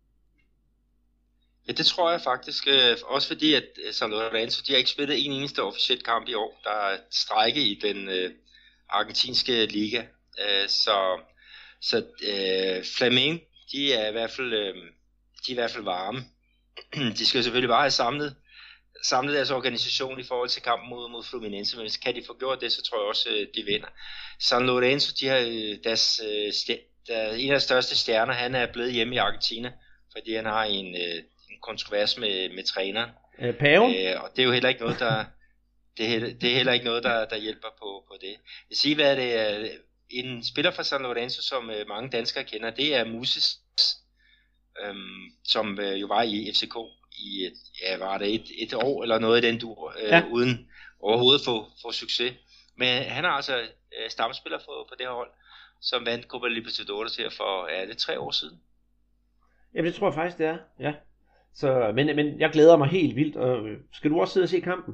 Ja, det tror jeg faktisk. Øh, også fordi, at San Lorenzo, de har ikke spillet en eneste officiel kamp i år. Der er strejke i den øh, argentinske liga. Øh, så så øh, Flamengo, de er i hvert fald, øh, de er i hvert fald varme. De skal selvfølgelig bare have samlet, samlet deres organisation i forhold til kampen mod, mod Fluminense. Men kan de få gjort det, så tror jeg også, de vinder. San Lorenzo, de har deres, der, en af deres største stjerner, han er blevet hjemme i Argentina, fordi han har en... Øh, kontrovers med, med træneren. Øh, Paven? Øh, og det er jo heller ikke noget, der det er, det er heller ikke noget, der, der hjælper på, på det. Jeg vil sige, hvad det er. En spiller fra San Lorenzo, som øh, mange danskere kender, det er Muses, øhm, som øh, jo var i F C K i et, ja, var det et, et år eller noget i den dur, øh, ja. Uden overhovedet få, få succes. Men han er altså øh, stamspiller på, på det her hold, som vandt Copa Libertadores her for, ja, det er tre år siden. Jamen det tror jeg faktisk, det er, ja. Så, men, men jeg glæder mig helt vildt. Og skal du også sidde og se kampen?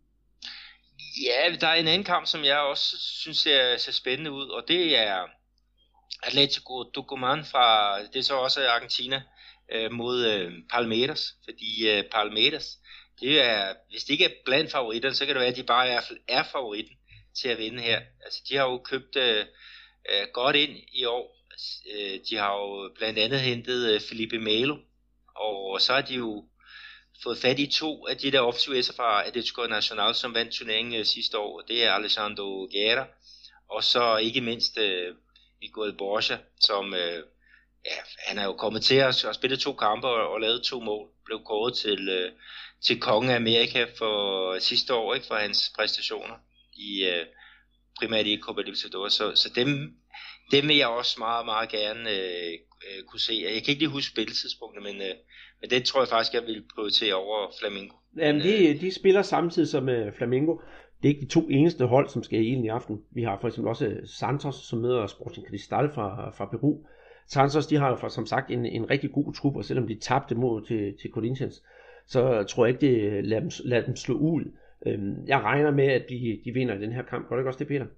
Ja, der er en anden kamp, som jeg også synes ser, ser spændende ud, og det er Atletico Tucumán fra, det er så også Argentina, øh, mod øh, Palmeiras, fordi øh, Palmeiras, det er, hvis det ikke er blandt favoritterne, så kan det være, at de bare i hvert fald er favoritten til at vinde her. Altså, de har jo købt øh, øh, godt ind i år. Øh, de har jo blandt andet hentet øh, Felipe Melo, og så har de jo fået fat i to af de der offensive esser fra Atlético Nacional, som vandt turneringen sidste år. Det er Alejandro Guerra, og så ikke mindst uh, Miguel Borja, som uh, ja, han er jo kommet til at spille to kampe og, og lavet to mål. Blev kåret til, uh, til kongen af Amerika for uh, sidste år, ikke, for hans præstationer i uh, primært i Copa Libertadores. Så, så dem, dem vil jeg også meget, meget gerne uh, uh, kunne se. Jeg kan ikke lige huske spilletidspunktet, men... Uh, Men det tror jeg faktisk, jeg vil prioritere over Flamengo. Jamen, de, de spiller samtidig som uh, Flamengo. Det er ikke de to eneste hold, som skal i ilden i aften. Vi har for eksempel også Santos, som møder Sporting Cristal fra, fra Peru. Santos, de har jo som sagt en, en rigtig god trup, og selvom de tabte mod til, til Corinthians, så tror jeg ikke, det lader dem, lader dem slå ud. Jeg regner med, at de, de vinder i den her kamp. Gør det ikke også det, Peter?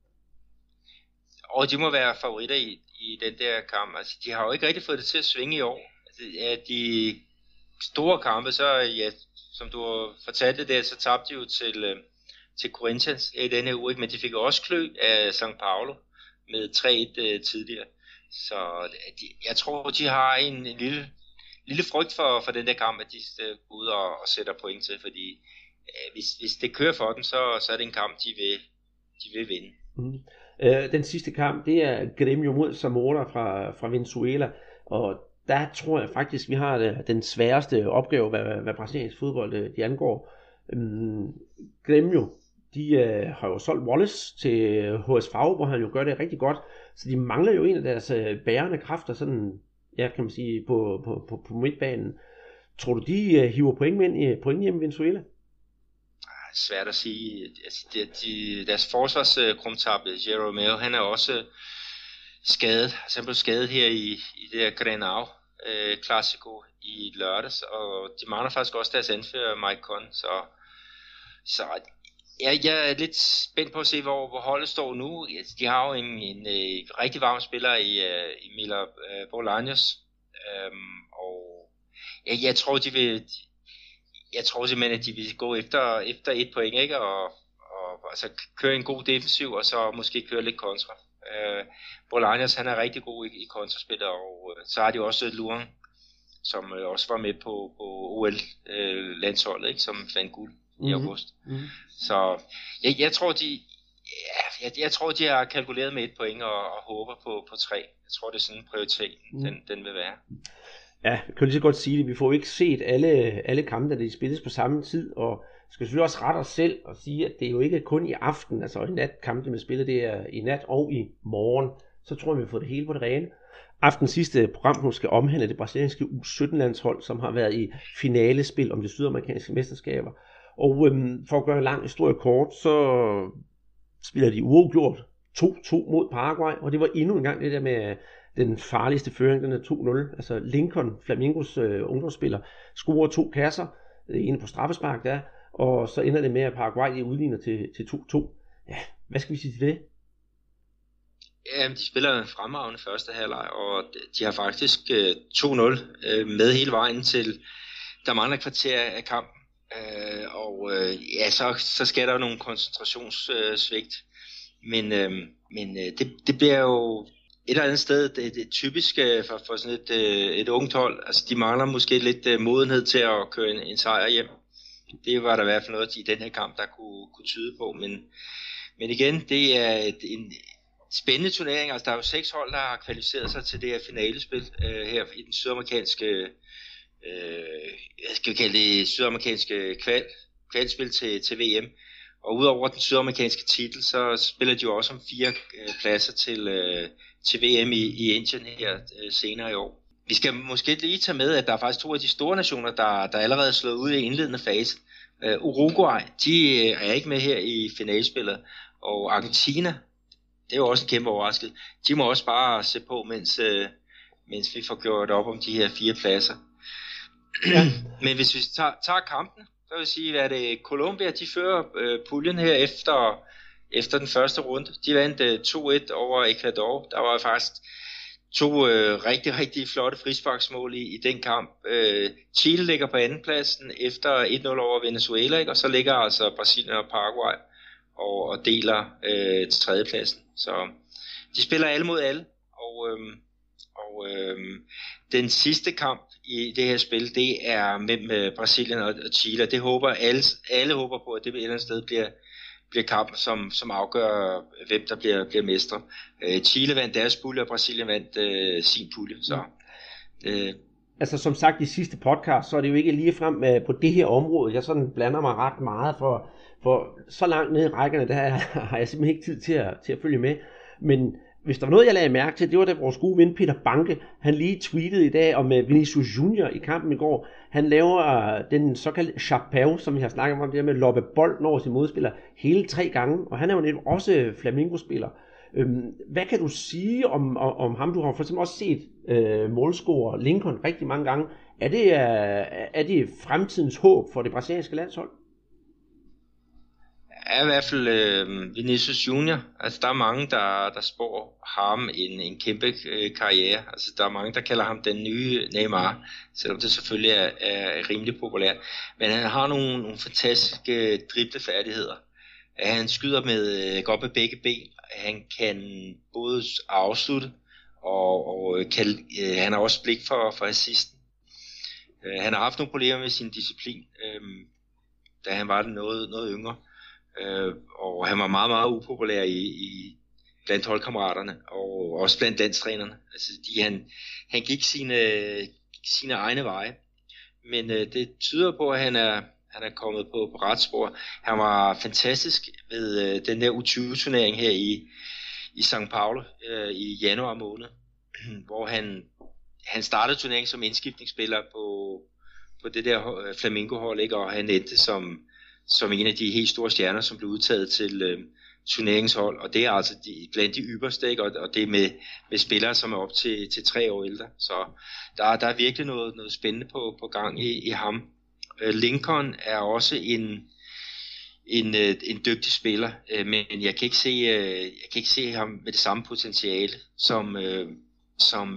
Og de må være favoritter i, i den der kamp. Altså, de har jo ikke rigtig fået det til at svinge i år. Altså, ja, de store kampe, så ja, som du fortalte der, så tabte de jo til, til Corinthians i denne her uge, men de fik også klø af São Paulo med tre et tidligere. Så de, jeg tror, de har en, en lille, lille frygt for, for den der kamp, at de går ud og, og sætter point til, fordi øh, hvis, hvis det kører for dem, så, så er det en kamp, de vil, de vil vinde. Mm. Øh, den sidste kamp, det er Grêmio mod Zamora fra, fra Venezuela, og der tror jeg faktisk, vi har den sværeste opgave, hvad, hvad brasiliansk fodbold de angår. Um, Grêmio, de uh, har jo solgt Wallace til H S V, hvor han jo gør det rigtig godt, så de mangler jo en af deres uh, bærende kræfter, sådan, ja, kan man sige, på, på, på, på midtbanen. Tror du, de uh, hiver point med point hjemme i Venezuela? Svært at sige. Altså, de, de, deres forsvarskrumtappe, Jeromeo, han er også skadet. Altså, han blev skadet her i, i det her Grenau øh, Classico i lørdags, og de mangler faktisk også deres anfører, Mike Conn. Så, så jeg, jeg er lidt spændt på at se, hvor, hvor holdet står nu. De har jo en, en, en rigtig varm spiller i, uh, i Miller uh, Bolaños, um, og jeg, jeg tror, de vil... Jeg tror simpelthen, at de vil gå efter, efter et point, ikke? Og, og altså, køre en god defensiv, og så måske køre lidt kontra. Uh, Bolaños, han er rigtig god i, i kontraspillet, og uh, så har de også Luan, som uh, også var med på, på O L-landsholdet, uh, ikke? Som fandt guld mm-hmm. i august. Mm-hmm. Så jeg, jeg tror, de ja, jeg, jeg tror, de har kalkuleret med et point og, og håber på, på tre. Jeg tror, det er sådan en prioritet, mm. den, den vil være. Ja, jeg kan lige så godt sige det. Vi får ikke set alle, alle kampe, der de spilles på samme tid, og skal selvfølgelig også rette os selv og sige, at det er jo ikke kun i aften, altså i nat kampene med spillet, det er i nat og i morgen. Så tror jeg, vi har fået det hele på det rene. Aftens sidste program skal omhandle det brasilianske U sytten landshold, som har været i finalespil om de sydamerikanske mesterskaber. Og øhm, for at gøre en lang historie kort, så spiller de uafgjort to to mod Paraguay, og det var endnu en gang det der med den farligste føring, den er to nul. Altså Lincoln, Flamingos øh, ungdomsspiller, scorer to kasser, en på straffespark der, og så ender det med, at Paraguay udligner til, til to to. Ja, hvad skal vi sige til det? Ja, de spiller en fremragende første halvleg, og de har faktisk øh, to nul øh, med hele vejen til, der mangler kvarter af kampen. Øh, og øh, ja, så, så sker der jo nogle koncentrationssvigt. Men, øh, men øh, det, det bliver jo et eller andet sted det, det typisk for, for sådan et, et ungt hold. Altså, de mangler måske lidt modenhed til at køre en, en sejr hjem. Det var der i hvert fald noget i den her kamp, der kunne, kunne tyde på. Men, men igen, det er et, en spændende turnering. Altså, der er jo seks hold, der har kvalificeret sig til det her finalespil øh, her i den sydamerikanske, øh, jeg skal kalde det sydamerikanske kval, kvalspil til, til V M. Og udover den sydamerikanske titel, så spiller de jo også om fire øh, pladser til, øh, til V M i, i Indien her øh, senere i år. Vi skal måske lige tage med, at der er faktisk to af de store nationer, der, der allerede er slået ud i indledende fase. Uh, Uruguay, de er ikke med her i finalespillet, og Argentina, det er jo også en kæmpe overraskelse. De må også bare se på, mens, uh, mens vi får gjort op om de her fire pladser. Ja. Men hvis vi tager, tager kampen, så vil jeg sige, at det Colombia, de fører uh, puljen her efter, efter den første runde. De vandt uh, to et over Ecuador. Der var faktisk to øh, rigtig, rigtig flotte frisparksmål i, i den kamp. Øh, Chile ligger på andenpladsen efter et nul over Venezuela, ikke? Og så ligger altså Brasilien og Paraguay og, og deler øh, til tredjepladsen. Så de spiller alle mod alle, og, øh, og øh, den sidste kamp i det her spil, det er mellem Brasilien og, og Chile. Det håber alle, alle håber på, at det et eller andet sted bliver bliver kampen, som, som afgør, hvem der bliver, bliver mestre. Øh, Chile vandt deres pulje, og Brasilien vandt øh, sin pulje. Så, øh. Altså som sagt i sidste podcast, så er det jo ikke lige frem øh, på det her område. Jeg sådan blander mig ret meget, for, for så langt ned i rækkerne, der har jeg simpelthen ikke tid til at, til at følge med. Men hvis der var noget, jeg lagde mærke til, det var da vores gode ven Peter Banke, han lige tweetede i dag om Vinicius Junior i kampen i går. Han laver den såkaldte chapéu, som vi har snakket om, det der med at loppe bolden over sin modspiller, hele tre gange, og han er jo netop også Flamingo-spiller. Øhm, hvad kan du sige om, om, om ham? Du har for eksempel også set øh, målscorer Lincoln rigtig mange gange. Er det, øh, er det fremtidens håb for det brasilianske landshold? Ja, i hvert fald øh, Vinicius Junior. Altså der er mange, der, der spår ham en, en kæmpe øh, karriere. Altså der er mange, der kalder ham den nye Neymar, selvom det selvfølgelig er, er rimelig populært. Men han har nogle, nogle fantastiske driblefærdigheder. Han skyder med, godt med begge ben. Han kan både afslutte, og, og kan, øh, han har også blik for, for assisten. Øh, han har haft nogle problemer med sin disciplin, øh, da han var noget, noget yngre. Øh, og han var meget, meget upopulær i, i blandt holdkammeraterne, og også blandt landstrænerne. Altså, de, han, han gik sine, sine egne veje. Men øh, det tyder på, at han er... Han er kommet på, på ret spor. Han var fantastisk ved øh, den der U tyve turnering her i, i São Paulo øh, i januar måned, hvor han, han startede turneringen som indskiftningsspiller på, på det der øh, Flamengo-hold, ikke? Og han endte som, som en af de helt store stjerner, som blev udtaget til øh, turneringshold. Og det er altså de, blandt de ypperste, ikke? Og, og det er med, med spillere, som er op til, til tre år ældre. Så der, der er virkelig noget, noget spændende på, på gang i, i ham. Lincoln er også en, en, en dygtig spiller, men jeg kan ikke se, jeg kan ikke se ham med det samme potentiale som, som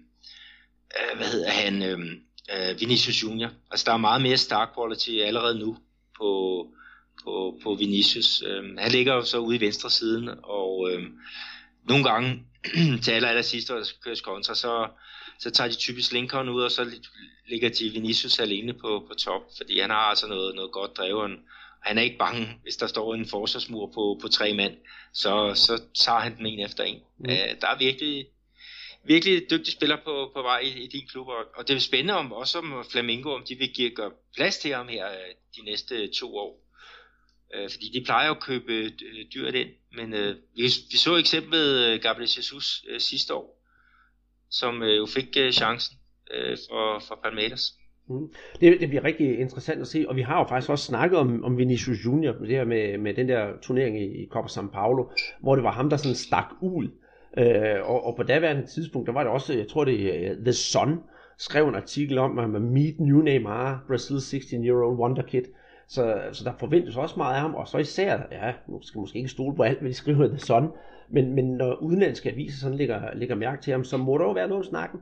hvad hedder han, Vinicius Junior. Altså der er meget mere start quality allerede nu på, på, på Vinicius. Han ligger jo så ude i venstre siden, og nogle gange til aller, aller sidste, der skal køres kontra, så så tager de typisk Lincoln ud, og så ligger de Vinicius alene på, på top, fordi han har altså noget, noget godt drev. Han er ikke bange, hvis der står en forsvarsmur på, på tre mand, så, så tager han den en efter en. Mm. Uh, der er virkelig, virkelig dygtige spillere på, på vej i, i din klub, og, og det er spændende om, også om Flamengo, om de vil give, gøre plads til ham her de næste to år. Uh, fordi de plejer at købe uh, dyrt ind, men uh, vi, vi så eksemplet uh, Gabriel Jesus uh, sidste år, som øh, jo fik øh, chancen øh, for, for Palmeiras. Mm. Det, det bliver rigtig interessant at se, og vi har jo faktisk også snakket om, om Vinicius Junior, det her med, med den der turnering i, i Copa São Paulo, hvor det var ham, der sådan stak ud. Øh, og, og på daværende tidspunkt, der var det også, jeg tror det uh, The Sun, skrev en artikel om, at man meet new Neymar, Brazil's sixteen-year-old wonder kid. Så, så der forventes også meget af ham, og så især, ja, nu skal måske ikke stole på alt, hvad de skriver i The Sun, men, men når udenlandske aviser sådan lægger, lægger mærke til ham, så må der jo være noget at snakke.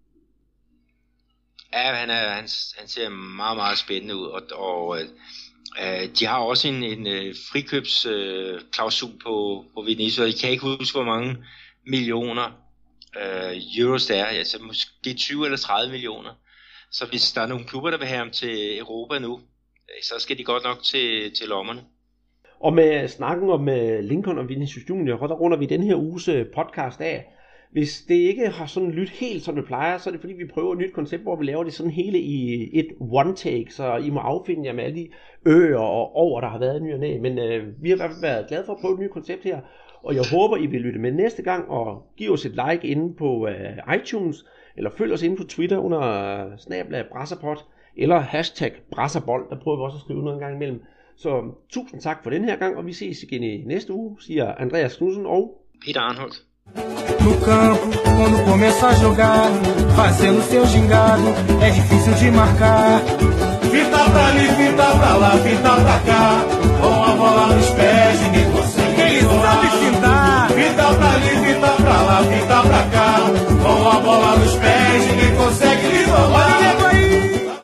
Ja, han, er, han, han ser meget, meget spændende ud, og, og øh, de har også en, en øh, frikøbsklausul øh, på, på Vinicius, og jeg kan ikke huske, hvor mange millioner øh, euros der er, altså måske tyve eller tredive millioner. Så hvis der er nogle klubber, der vil have ham til Europa nu, så skal de godt nok til, til lommerne. Og med snakken om Lincoln og Vinicius Junior, der runder vi den her uges podcast af. Hvis det ikke har sådan lyttet helt som det plejer, så er det fordi vi prøver et nyt koncept, hvor vi laver det sådan hele i et one take, så I må affinde jer med alle de øer og over, der har været i ny og næ. Men øh, vi har i hvert fald været glade for at prøve et nyt koncept her, og jeg håber, I vil lytte med næste gang og give os et like inde på øh, iTunes, eller følg os inde på Twitter under øh, snabel-a Brasserpot, eller hashtag Brasserbold, der prøver vi også at skrive noget en gang imellem. Så tusind tak for den her gang, og vi ses igen i næste uge, siger Andreas Knudsen og Peter Arnholdt. No campo, quando começa a jogar, fazendo seu gingado, é difícil de marcar. Fita pra ali, fita pra lá, fita pra cá.